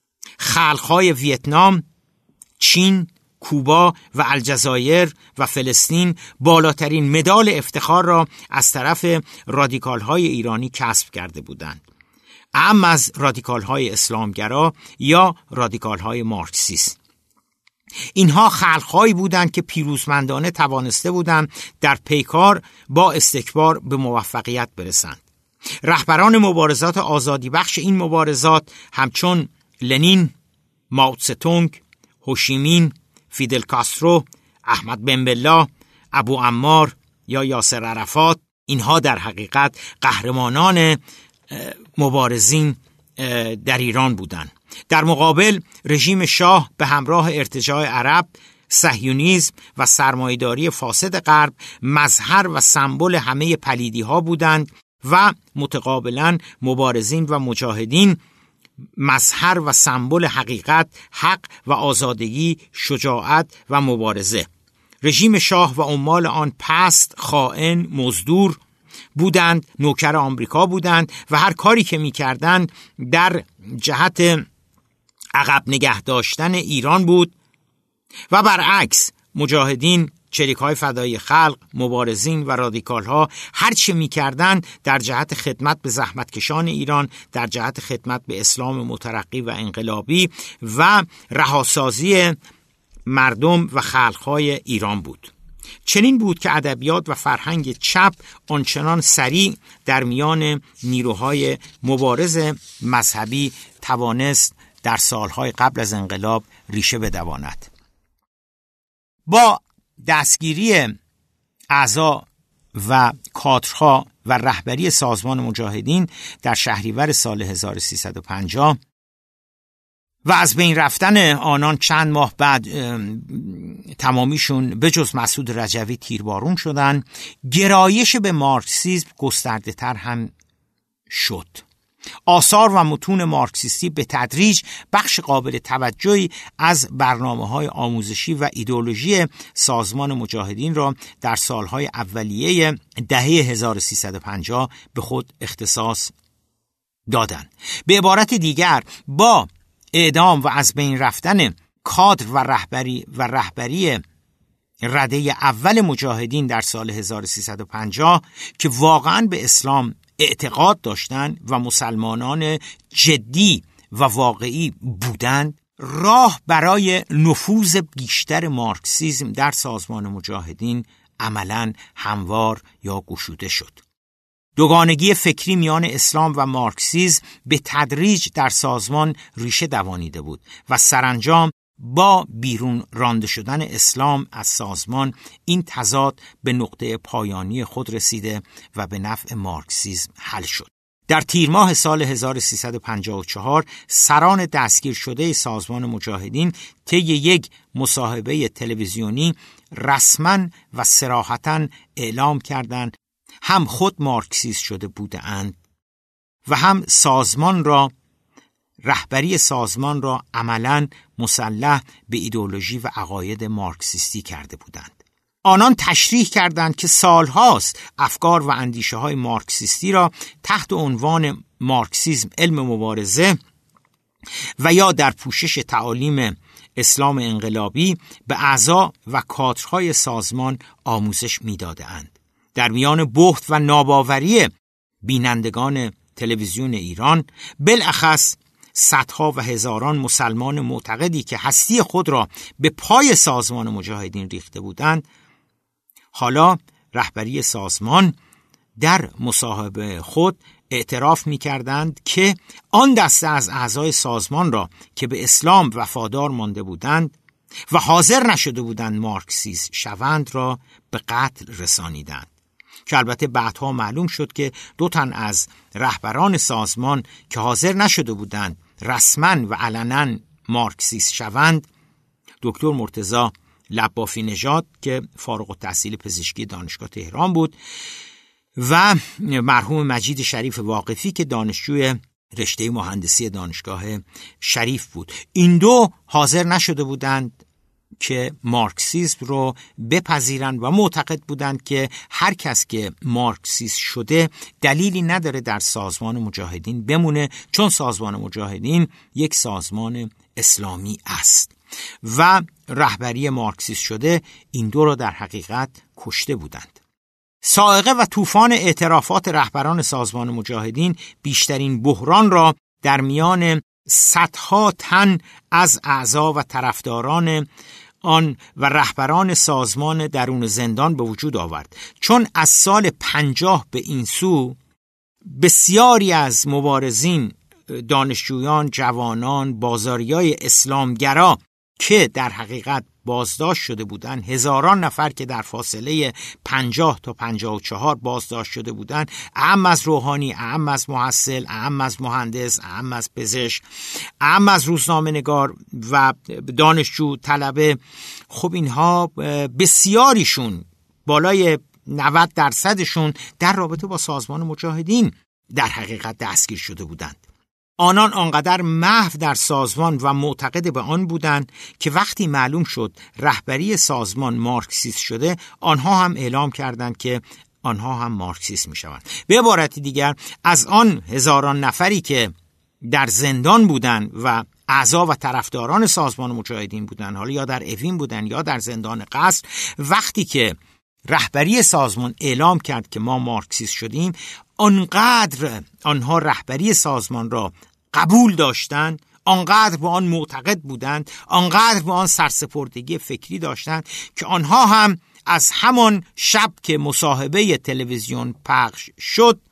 خلق‌های ویتنام، چین، کوبا و الجزایر و فلسطین بالاترین مدال افتخار را از طرف رادیکال‌های ایرانی کسب کرده بودند، اما از رادیکال‌های اسلامگرا یا رادیکال‌های مارکسیست. اینها خلق‌هایی بودند که پیروزمندانه توانسته بودند در پیکار با استکبار به موفقیت برسند. رهبران مبارزات آزادی بخش این مبارزات همچون لنین، مائو تسه-تونگ، هوشیمین، فیدل کاسترو، احمد بن بلا، ابو عمار یا یاسر عرفات، اینها در حقیقت قهرمانان مبارزین در ایران بودند. در مقابل رژیم شاه به همراه ارتجاع عرب، صهیونیسم و سرمایه‌داری فاسد غرب مظهر و سمبل همه پلیدی ها بودند و متقابلا مبارزین و مجاهدین مظهر و سمبل حقیقت، حق و آزادگی، شجاعت و مبارزه. رژیم شاه و عمال آن پست، خائن، مزدور بودند، نوکر آمریکا بودند و هر کاری که می‌کردند در جهت عقب نگه داشتن ایران بود و برعکس مجاهدین، چریک‌های فدایی خلق، مبارزین و رادیکال‌ها هر چه می‌کردند در جهت خدمت به زحمتکشان ایران، در جهت خدمت به اسلام مترقی و انقلابی و رهاسازی مردم و خلق‌های ایران بود. چنین بود که ادبیات و فرهنگ چپ آنچنان سریع در میان نیروهای مبارز مذهبی توانست در سالهای قبل از انقلاب ریشه بدواند. با دستگیری اعضا و کادرها و رهبری سازمان مجاهدین در شهریور سال هزار و سیصد و پنجاه و از بین رفتن آنان چند ماه بعد تمامیشون به جز مسعود رجوی تیربارون شدن، گرایش به مارکسیسم گسترده تر هم شد. آثار و متون مارکسیستی به تدریج بخش قابل توجهی از برنامه‌های آموزشی و ایدئولوژی سازمان مجاهدین را در سالهای اولیه دهه هزار و سیصد و پنجاه به خود اختصاص دادند. به عبارت دیگر با اعدام و از بین رفتن کادر و رهبری و رهبری رده اول مجاهدین در سال هزار و سیصد و پنجاه که واقعاً به اسلام اعتقاد داشتند و مسلمانان جدی و واقعی بودند، راه برای نفوذ بیشتر مارکسیسم در سازمان مجاهدین عملاً هموار یا گشوده شد. دوگانگی فکری میان اسلام و مارکسیسم به تدریج در سازمان ریشه دوانیده بود و سرانجام با بیرون رانده شدن اسلام از سازمان این تضاد به نقطه پایانی خود رسیده و به نفع مارکسیسم حل شد. در تیر ماه سال هزار و سیصد و پنجاه و چهار سران دستگیر شده سازمان مجاهدین طی یک مصاحبه تلویزیونی رسما و صراحتاً اعلام کردند هم خود مارکسیست شده بودند و هم سازمان را رهبری سازمان را عملاً مسلح به ایدئولوژی و عقاید مارکسیستی کرده بودند. آنان تشریح کردند که سالهاست افکار و اندیشه های مارکسیستی را تحت عنوان مارکسیسم علم مبارزه و یا در پوشش تعالیم اسلام انقلابی به اعضا و کادرهای سازمان آموزش می‌دادند. در میان بهت و ناباوری بینندگان تلویزیون ایران، بالاخص صدها و هزاران مسلمان معتقدی که هستی خود را به پای سازمان مجاهدین ریخته بودند، حالا رهبری سازمان در مصاحبه خود اعتراف می کردند که آن دسته از اعضای سازمان را که به اسلام وفادار مانده بودند و حاضر نشده بودند مارکسیست شوند را به قتل رسانیدند، که البته بعدها معلوم شد که دو تن از رهبران سازمان که حاضر نشده بودند رسما و علنا مارکسیست شوند، دکتر مرتضی لبافی نژاد که فارغ التحصیل پزشکی دانشگاه تهران بود و مرحوم مجید شریف واقفی که دانشجوی رشته مهندسی دانشگاه شریف بود، این دو حاضر نشده بودند که مارکسیسم رو بپذیرند و معتقد بودند که هر کس که مارکسیست شده دلیلی نداره در سازمان مجاهدین بمونه، چون سازمان مجاهدین یک سازمان اسلامی است و رهبری مارکسیست شده این دو را در حقیقت کشته بودند. صاعقه و طوفان اعترافات رهبران سازمان مجاهدین بیشترین بحران را در میان صدها تن از اعضا و طرفداران آن و رهبران سازمان درون زندان به وجود آورد، چون از سال پنجاه به این سو بسیاری از مبارزین، دانشجویان، جوانان، بازاریای اسلامگرا که در حقیقت بازداشت شده بودند، هزاران نفر که در فاصله پنجاه تا پنجاه و چهار بازداشت شده بودند، اعم از روحانی، اعم از محصل، اعم از مهندس، اعم از پزشک، اعم از روزنامه نگار و دانشجو طلبه، خب اینها بسیاریشون، بالای نود درصدشون در رابطه با سازمان مجاهدین در حقیقت دستگیر شده بودند. آنان آنقدر محو در سازمان و معتقد به آن بودند که وقتی معلوم شد رهبری سازمان مارکسیست شده، آنها هم اعلام کردند که آنها هم مارکسیست می شوند. به عبارت دیگر از آن هزاران نفری که در زندان بودند و اعضا و طرفداران سازمان مجاهدین بودند، حالا یا در اوین بودند یا در زندان قصر، وقتی که رهبری سازمان اعلام کرد که ما مارکسیست شدیم، آنقدر آنها رهبری سازمان را قبول داشتند، آنقدر به آن معتقد بودند، آنقدر به آن سرسپردگی فکری داشتند که آنها هم از همان شب که مصاحبه تلویزیون پخش شد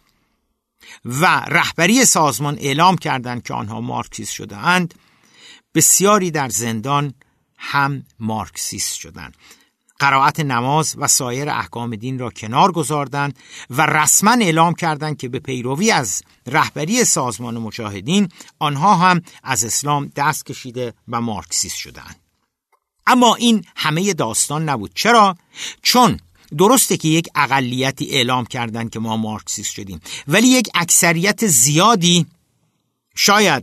و رهبری سازمان اعلام کردند که آنها مارکسیست شدند، بسیاری در زندان هم مارکسیست شدند. قرائت نماز و سایر احکام دین را کنار گذاردند و رسما اعلام کردند که به پیروی از رهبری سازمان مجاهدین آنها هم از اسلام دست کشیده و مارکسیست شدند. اما این همه داستان نبود. چرا؟ چون درسته که یک اقلیتی اعلام کردند که ما مارکسیست شدیم، ولی یک اکثریت زیادی، شاید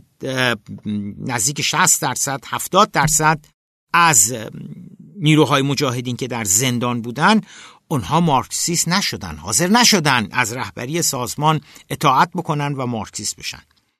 نزدیک شصت درصد هفتاد درصد از نیروهای مجاهدین که در زندان بودن، اونها مارکسیست نشدن، حاضر نشدن از رهبری سازمان اطاعت بکنن و مارکسیست بشن.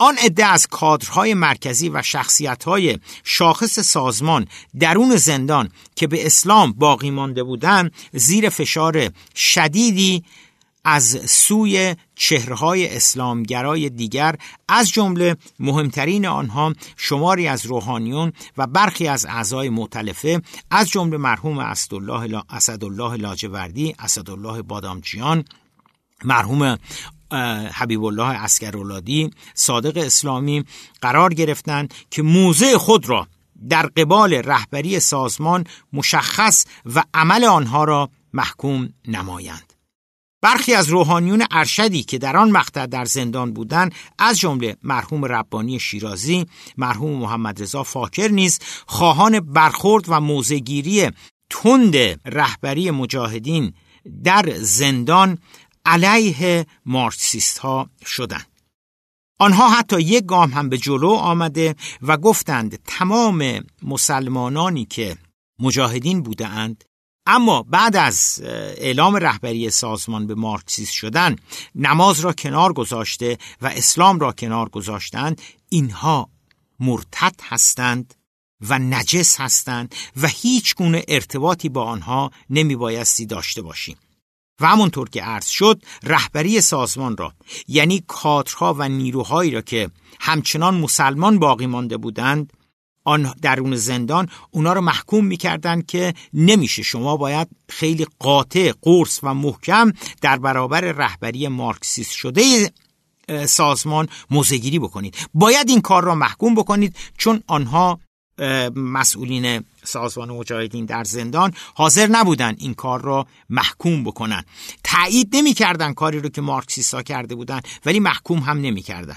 آن عده از کادرهای مرکزی و شخصیت‌های شاخص سازمان درون زندان که به اسلام باقی مانده بودند زیر فشار شدیدی از سوی چهره‌های اسلامگرای دیگر، از جمله مهمترین آنها شماری از روحانیون و برخی از اعضای مؤتلفه، از جمله مرحوم اسدالله اسدالله لاجوردی، اسدالله بادامچیان، مرحوم حبیب الله عسکرولادی، صادق اسلامی قرار گرفتند که موضع خود را در قبال رهبری سازمان مشخص و عمل آنها را محکوم نمایند. برخی از روحانیون ارشدی که در آن مقطع در زندان بودند، از جمله مرحوم ربانی شیرازی، مرحوم محمد رضا فاکر نیز خواهان برخورد و موضع‌گیری تند رهبری مجاهدین در زندان علیه مارکسیست ها شدند. آنها حتی یک گام هم به جلو آمده و گفتند تمام مسلمانانی که مجاهدین بودند اما بعد از اعلام رهبری سازمان به مارکسیست شدن نماز را کنار گذاشته و اسلام را کنار گذاشتند، اینها مرتد هستند و نجس هستند و هیچ گونه ارتباطی با آنها نمی بایستی داشته باشیم. و همونطور که عرض شد، رهبری سازمان را، یعنی کادرها و نیروهایی را که همچنان مسلمان باقی مانده بودند آن درون زندان، اونا رو محکوم می‌کردند که نمیشه، شما باید خیلی قاطع، قرص و محکم در برابر رهبری مارکسیست شده سازمان موضع‌گیری بکنید. باید این کار را محکوم بکنید، چون آنها مسئولین سازمان مجاهدین در زندان حاضر نبودن این کار را محکوم بکنن. تایید نمی‌کردن کاری رو که مارکسیست‌ها کرده بودن، ولی محکوم هم نمی‌کردن.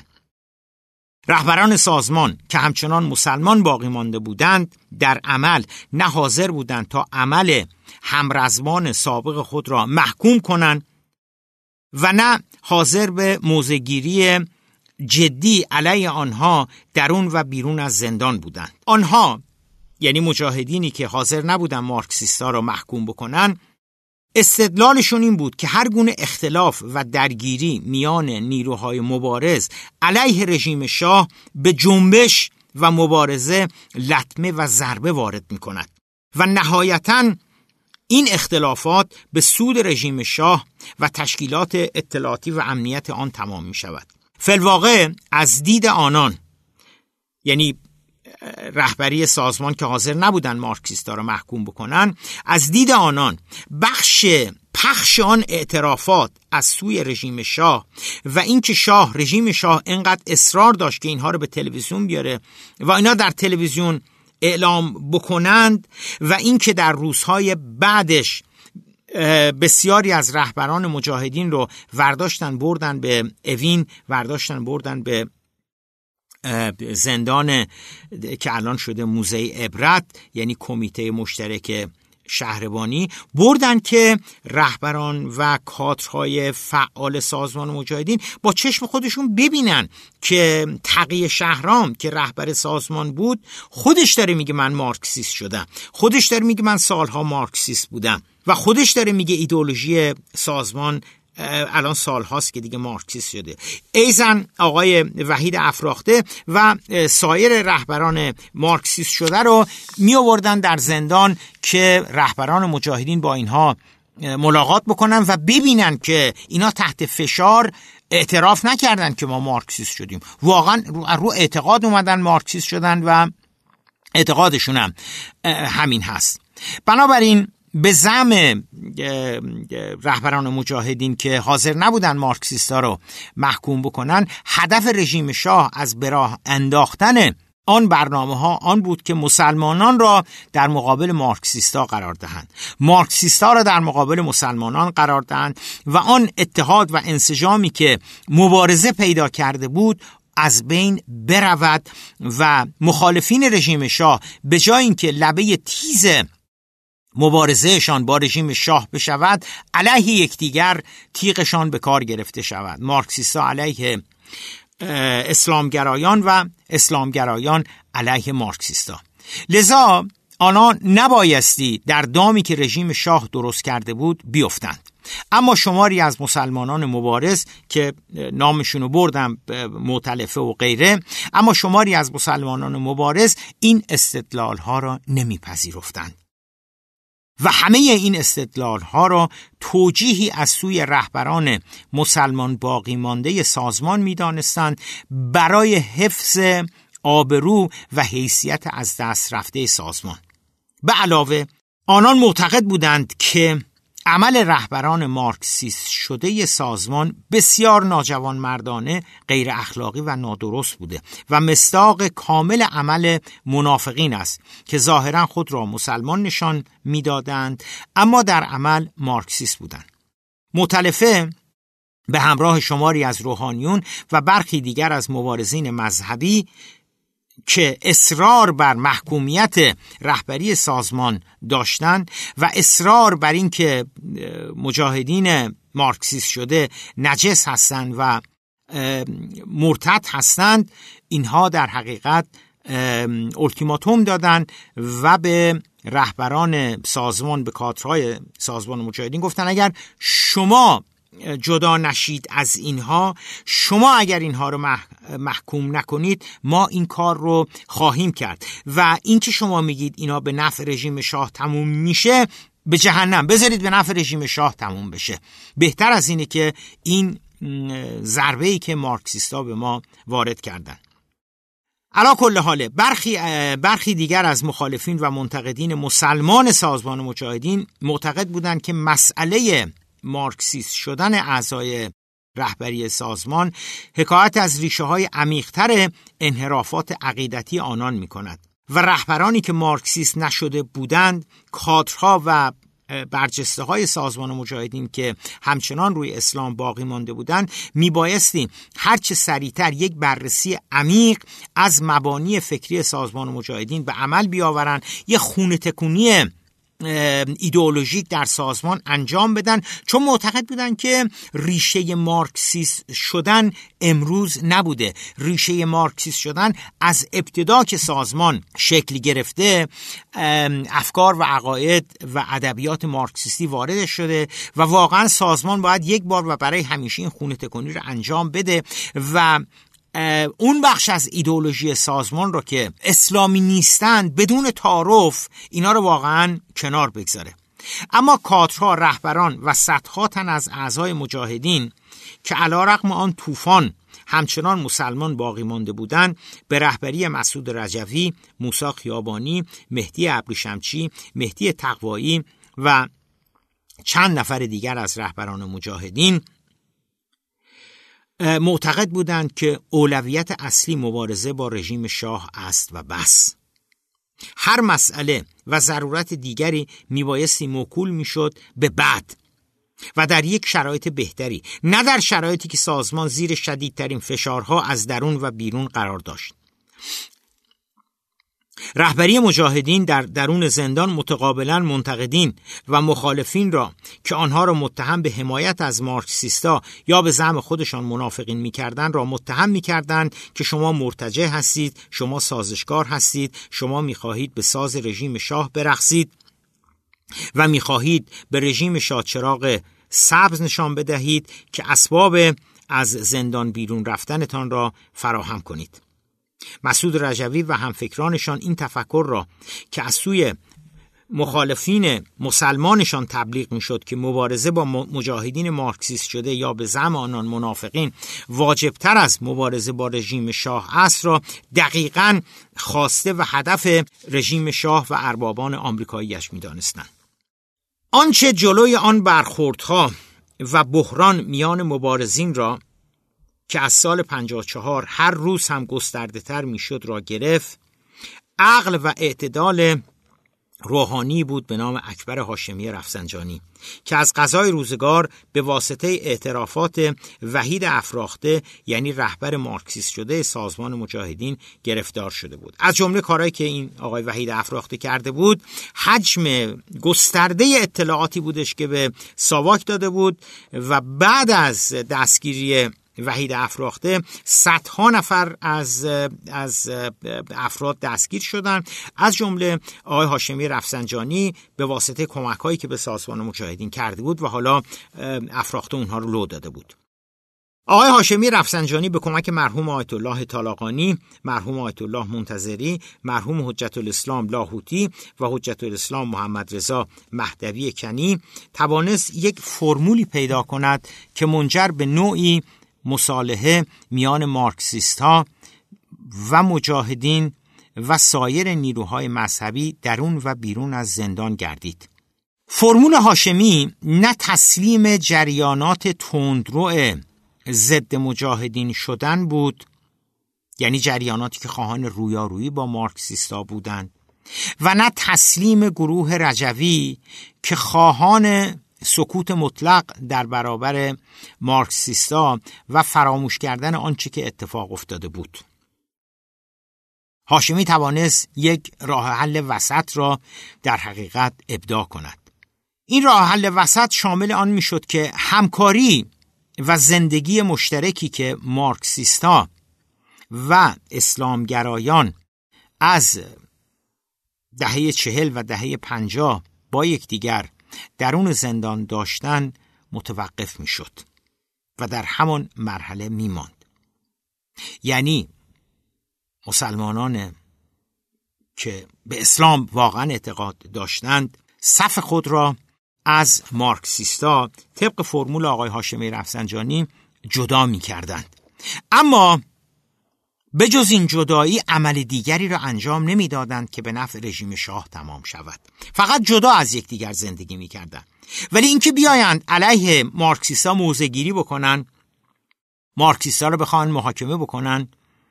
رهبران سازمان که همچنان مسلمان باقی مانده بودند در عمل نه حاضر بودند تا عمل همرزمان سابق خود را محکوم کنند و نه حاضر به موضع‌گیری جدی علیه آنها درون و بیرون از زندان بودند. آنها، یعنی مجاهدینی که حاضر نبودند مارکسیستا را محکوم بکنن، استدلالشون این بود که هر گونه اختلاف و درگیری میان نیروهای مبارز علیه رژیم شاه به جنبش و مبارزه لطمه و ضربه وارد می‌کند و نهایتاً این اختلافات به سود رژیم شاه و تشکیلات اطلاعاتی و امنیت آن تمام می‌شود. فی‌الواقع از دید آنان، یعنی رهبری سازمان که حاضر نبودن مارکسیستا را محکوم بکنن، از دید آنان بخش پخش آن اعترافات از سوی رژیم شاه و اینکه شاه رژیم شاه اینقدر اصرار داشت که اینها رو به تلویزیون بیاره و اینا در تلویزیون اعلام بکنند و اینکه در روزهای بعدش بسیاری از رهبران مجاهدین رو ورداشتن بردن به اوین، ورداشتن بردن به زندان که الان شده موزه عبرت، یعنی کمیته مشترک شهربانی، بردن که رهبران و کادرهای فعال سازمان مجاهدین با چشم خودشون ببینن که تقی شهرام که رهبر سازمان بود خودش داره میگه من مارکسیست شدم، خودش داره میگه من سالها مارکسیست بودم و خودش داره میگه ایدئولوژی سازمان الان سال هاست که دیگه مارکسیست شده. ایزن آقای وحید افراخته و سایر رهبران مارکسیست شده رو می آوردن در زندان که رهبران مجاهدین با اینها ملاقات بکنن و ببینن که اینا تحت فشار اعتراف نکردن که ما مارکسیست شدیم، واقعا رو اعتقاد اومدن مارکسیست شدن و اعتقادشون هم همین هست. بنابراین به زعم رهبران مجاهدین که حاضر نبودن مارکسیستا رو محکوم بکنن، هدف رژیم شاه از براه انداختن آن برنامه ها آن بود که مسلمانان را در مقابل مارکسیستا قرار دهند، مارکسیستا را در مقابل مسلمانان قرار دهند و آن اتحاد و انسجامی که مبارزه پیدا کرده بود از بین برود و مخالفین رژیم شاه به جای اینکه لبه تیز مبارزهشان با رژیم شاه بشود، علیه یکدیگر تیغشان به کار گرفته شود. مارکسیستا علیه اسلامگرایان و اسلامگرایان علیه مارکسیستا. لذا آنان نبایستی در دامی که رژیم شاه درست کرده بود بیفتند. اما شماری از مسلمانان مبارز که نامشونو بردم مؤتلفه و غیره، اما شماری از مسلمانان مبارز این استدلال ها را نمیپذیرفتند و همه این استدلال ها را توجیهی از سوی رهبران مسلمان باقی مانده سازمان می دانستند برای حفظ آبرو و حیثیت از دست رفته سازمان. به علاوه آنان معتقد بودند که عمل رهبران مارکسیست شده سازمان بسیار ناجوانمردانه، غیر اخلاقی و نادرست بوده و مصداق کامل عمل منافقین است که ظاهرا خود را مسلمان نشان میدادند اما در عمل مارکسیست بودند. مؤتلفه به همراه شماری از روحانیون و برخی دیگر از مبارزین مذهبی که اصرار بر محکومیت رهبری سازمان داشتند و اصرار بر این که مجاهدین مارکسیست شده نجس هستند و مرتد هستند، اینها در حقیقت التیماتوم دادند و به رهبران سازمان، به کادرهای سازمان مجاهدین گفتن اگر شما جدا نشید از اینها، شما اگر اینها رو محکوم نکنید، ما این کار رو خواهیم کرد و این که شما میگید اینا به نفع رژیم شاه تموم میشه، به جهنم بذارید به نفع رژیم شاه تموم بشه. بهتر از اینه که این ضربه‌ای که مارکسیستا به ما وارد کردن. علا کل حاله برخی برخی دیگر از مخالفین و منتقدین مسلمان سازمان مجاهدین معتقد بودند که مسئله مارکسیست شدن اعضای رهبری سازمان حکایت از ریشه های عمیق‌تر انحرافات عقیدتی آنان می کند و رهبرانی که مارکسیست نشده بودند، کادرها و برجسته های سازمان مجاهدین که همچنان روی اسلام باقی مانده بودند، می بایستی هرچه سریعتر یک بررسی عمیق از مبانی فکری سازمان مجاهدین به عمل بیاورند، یک خونه تکونی ایدئولوژیک در سازمان انجام بدن، چون معتقد بودن که ریشه مارکسیست شدن امروز نبوده. ریشه مارکسیست شدن از ابتدا که سازمان شکل گرفته، افکار و عقاید و ادبیات مارکسیستی وارد شده و واقعا سازمان باید یک بار و برای همیشه این خونه تکونی رو انجام بده و اون بخش از ایدئولوژی سازمان رو که اسلامی نیستند بدون تعارف اینا رو واقعا کنار بگذاره. اما کادرها، رهبران و صدها تن از اعضای مجاهدین که علیرغم آن طوفان همچنان مسلمان باقی مانده بودند، به رهبری مسعود رجوی، موسی خیابانی، مهدی ابریشمچی، مهدی تقوایی و چند نفر دیگر از رهبران مجاهدین معتقد بودند که اولویت اصلی مبارزه با رژیم شاه است و بس. هر مسئله و ضرورت دیگری میبایستی موکول میشد به بعد و در یک شرایط بهتری، نه در شرایطی که سازمان زیر شدیدترین فشارها از درون و بیرون قرار داشت. رهبری مجاهدین در درون زندان متقابلا منتقدین و مخالفین را که آنها را متهم به حمایت از مارکسیستا یا به زعم خودشان منافقین می‌کردند را متهم می‌کردند که شما مرتجع هستید، شما سازشکار هستید، شما می‌خواهید به ساز رژیم شاه برقصید و می‌خواهید به رژیم شاه چراغ سبز نشان بدهید که اسباب از زندان بیرون رفتنتان را فراهم کنید. مسعود رجوی و همفکرانشان این تفکر را که از سوی مخالفین مسلمانشان تبلیغ میشد که مبارزه با مجاهدین مارکسیست شده یا به زعم آنان منافقین واجبتر از مبارزه با رژیم شاه است را دقیقاً خواسته و هدف رژیم شاه و اربابان آمریکاییش می‌دانستند. آنچه جلوی آن برخوردها و بحران میان مبارزین را که از سال پنجاه و چهار هر روز هم گسترده تر می شد را گرفت، عقل و اعتدال روحانی بود به نام اکبر هاشمی رفسنجانی که از قضای روزگار به واسطه اعترافات وحید افراخته، یعنی رهبر مارکسیست شده سازمان مجاهدین، گرفتار شده بود. از جمله کارهایی که این آقای وحید افراخته کرده بود، حجم گسترده اطلاعاتی بودش که به ساواک داده بود و بعد از دستگیری وحید افراخته صدها نفر از از افراد دستگیر شدند، از جمله آقای هاشمی رفسنجانی به واسطه کمک‌هایی که به سازمان مجاهدین کرده بود و حالا افراخته اونها رو لو داده بود. آقای هاشمی رفسنجانی به کمک مرحوم آیت الله طالقانی، مرحوم آیت الله منتظری، مرحوم حجت الاسلام لاهوتی و حجت الاسلام محمد رضا مهدوی کنی توانست یک فرمولی پیدا کند که منجر به نوعی مصالحه میان مارکسیست‌ها و مجاهدین و سایر نیروهای مذهبی درون و بیرون از زندان گردید. فرمول هاشمی نه تسلیم جریانات تندرو ضد مجاهدین شدن بود، یعنی جریاناتی که خواهان رویارویی با مارکسیستا بودند، و نه تسلیم گروه رجوی که خواهان سکوت مطلق در برابر مارکسیستا و فراموش کردن آنچه که اتفاق افتاده بود. هاشمی توانست یک راه حل وسط را در حقیقت ابداع کند. این راه حل وسط شامل آن میشد که همکاری و زندگی مشترکی که مارکسیستا و اسلامگرایان از دهه چهل و دهه پنجاه با یکدیگر درون زندان داشتن متوقف میشد و در همان مرحله میماند. یعنی مسلمانان که به اسلام واقعا اعتقاد داشتند صف خود را از مارکسیستا طبق فرمول آقای هاشمی رفسنجانی جدا می کردند. اما به جز این جدایی عمل دیگری را انجام نمی دادند که به نفع رژیم شاه تمام شود. فقط جدا از یکدیگر زندگی می کردند. ولی اینکه بیایند علیه مارکسیستا موضع‌گیری بکنن، مارکسیستا را بخوان محاکمه بکنن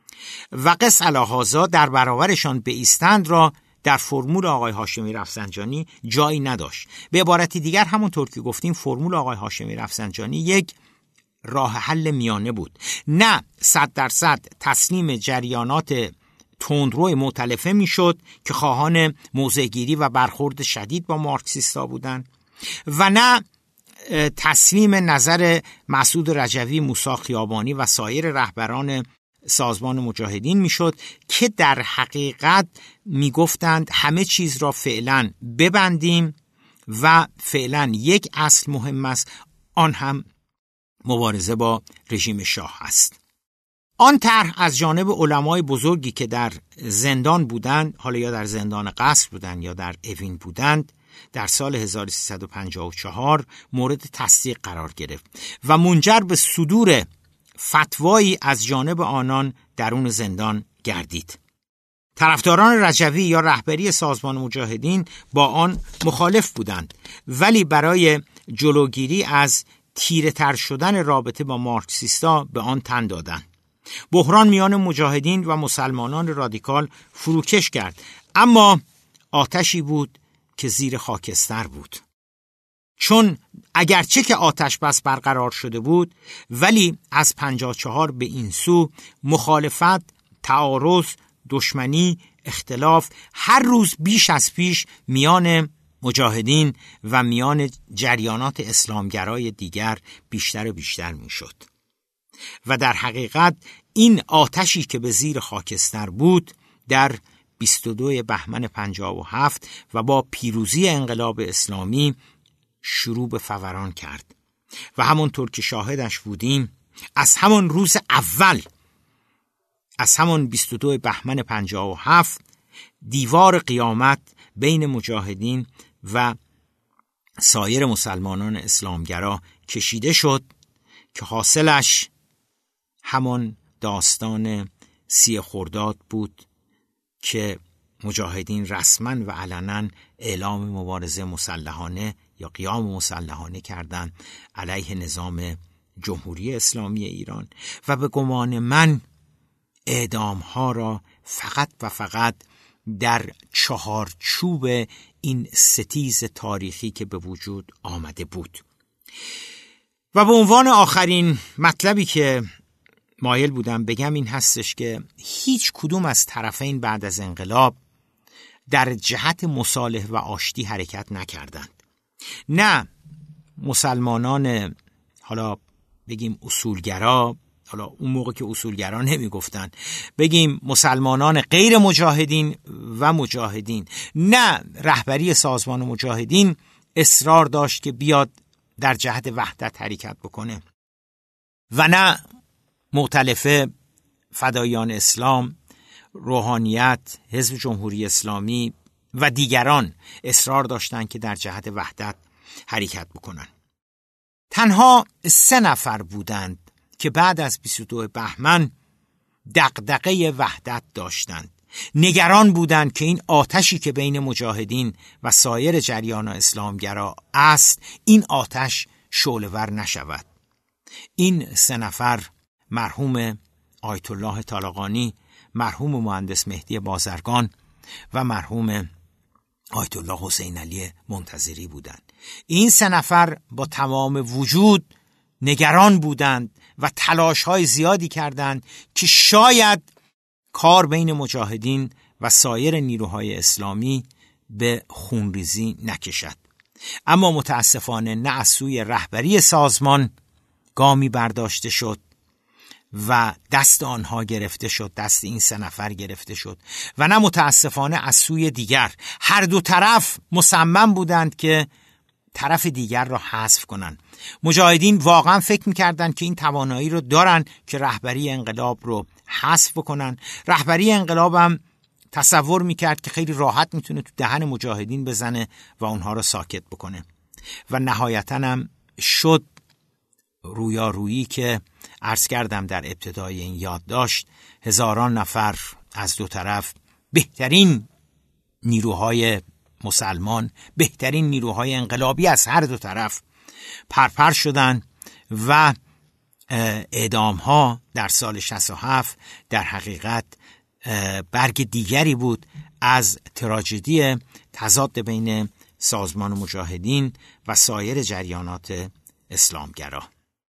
و قس علی‌هذا در برابرشان بایستند را در فرمول آقای هاشمی رفسنجانی جایی نداشت. به عبارت دیگر همونطور که گفتیم فرمول آقای هاشمی رفسنجانی یک راه حل میانه بود، نه صد درصد تسلیم جریانات تندرو مؤتلفه میشد که خواهان موضع‌گیری و برخورد شدید با مارکسیستا بودند، و نه تسلیم نظر مسعود رجوی، موسی خیابانی و سایر رهبران سازمان مجاهدین میشد که در حقیقت میگفتند همه چیز را فعلا ببندیم و فعلا یک اصل مهم است، آن هم مبارزه با رژیم شاه است. آن طرح از جانب علمای بزرگی که در زندان بودند، حالا یا در زندان قصر بودند یا در اوین بودند، در سال هزار و سیصد و پنجاه و چهار مورد تصدیق قرار گرفت و منجر به صدور فتوایی از جانب آنان درون زندان گردید. طرفداران رجوی یا رهبری سازمان مجاهدین با آن مخالف بودند، ولی برای جلوگیری از تیره تر شدن رابطه با مارکسیستا به آن تن دادند. بحران میان مجاهدین و مسلمانان رادیکال فروکش کرد، اما آتشی بود که زیر خاکستر بود. چون اگرچه که آتش بس برقرار شده بود، ولی از پنجاه و چهار به این سو مخالفت، تعارض، دشمنی، اختلاف هر روز بیش از پیش میان مجاهدین و میان جریانات اسلامگرای دیگر بیشتر و بیشتر میشد. و در حقیقت این آتشی که به زیر خاکستر بود در بیست و دو بهمن پنجاه و هفت و با پیروزی انقلاب اسلامی شروع به فوران کرد و همونطور که شاهدش بودیم از همان روز اول، از همان بیست و دو بهمن پنجاه و هفت دیوار قیامت بین مجاهدین و سایر مسلمانان اسلامگرا کشیده شد که حاصلش همان داستان سی خرداد بود که مجاهدین رسما و علنا اعلام مبارزه مسلحانه یا قیام مسلحانه کردند علیه نظام جمهوری اسلامی ایران و به گمان من اعدام ها را فقط و فقط در چهارچوب این ستیز تاریخی که به وجود آمده بود. و به عنوان آخرین مطلبی که مایل بودم بگم این هستش که هیچ کدوم از طرفین بعد از انقلاب در جهت مصالحه و آشتی حرکت نکردند. نه مسلمانان حالا بگیم اصولگرا حالا اون موقع که اصولگران نمیگفتن، بگیم مسلمانان غیر مجاهدین و مجاهدین، نه رهبری سازمان مجاهدین اصرار داشت که بیاد در جهت وحدت حرکت بکنه و نه مؤتلفه، فدایان اسلام، روحانیت، حزب جمهوری اسلامی و دیگران اصرار داشتند که در جهت وحدت حرکت بکنن. تنها سه نفر بودند که بعد از بیست و دو بهمن دغدغه وحدت داشتند. نگران بودند که این آتشی که بین مجاهدین و سایر جریان اسلامگرا است، این آتش شعله‌ور نشود. این سه نفر مرحوم آیت الله طالقانی، مرحوم مهندس مهدی بازرگان و مرحوم آیت الله حسین علی منتظری بودند. این سه نفر با تمام وجود نگران بودند و تلاش‌های زیادی کردند که شاید کار بین مجاهدین و سایر نیروهای اسلامی به خونریزی نکشد. اما متاسفانه نه از سوی رهبری سازمان گامی برداشته شد و دست آنها گرفته شد، دست این سه نفر گرفته شد و نه متاسفانه از سوی دیگر. هر دو طرف مصمم بودند که طرف دیگر را حذف کنند. مجاهدین واقعا فکر می‌کردند که این توانایی رو دارن که رهبری انقلاب رو حذف بکنن. رهبری انقلاب هم تصور می‌کرد که خیلی راحت میتونه تو دهن مجاهدین بزنه و اونها رو ساکت بکنه و نهایتاً هم شد رویارویی که عرض کردم در ابتدای این یادداشت. هزاران نفر از دو طرف، بهترین نیروهای مسلمان، بهترین نیروهای انقلابی از هر دو طرف پرپر شدند و اعدام ها در سال شصت و هفت در حقیقت برگ دیگری بود از تراژدی تضاد بین سازمان مجاهدین و سایر جریانات اسلامگرا.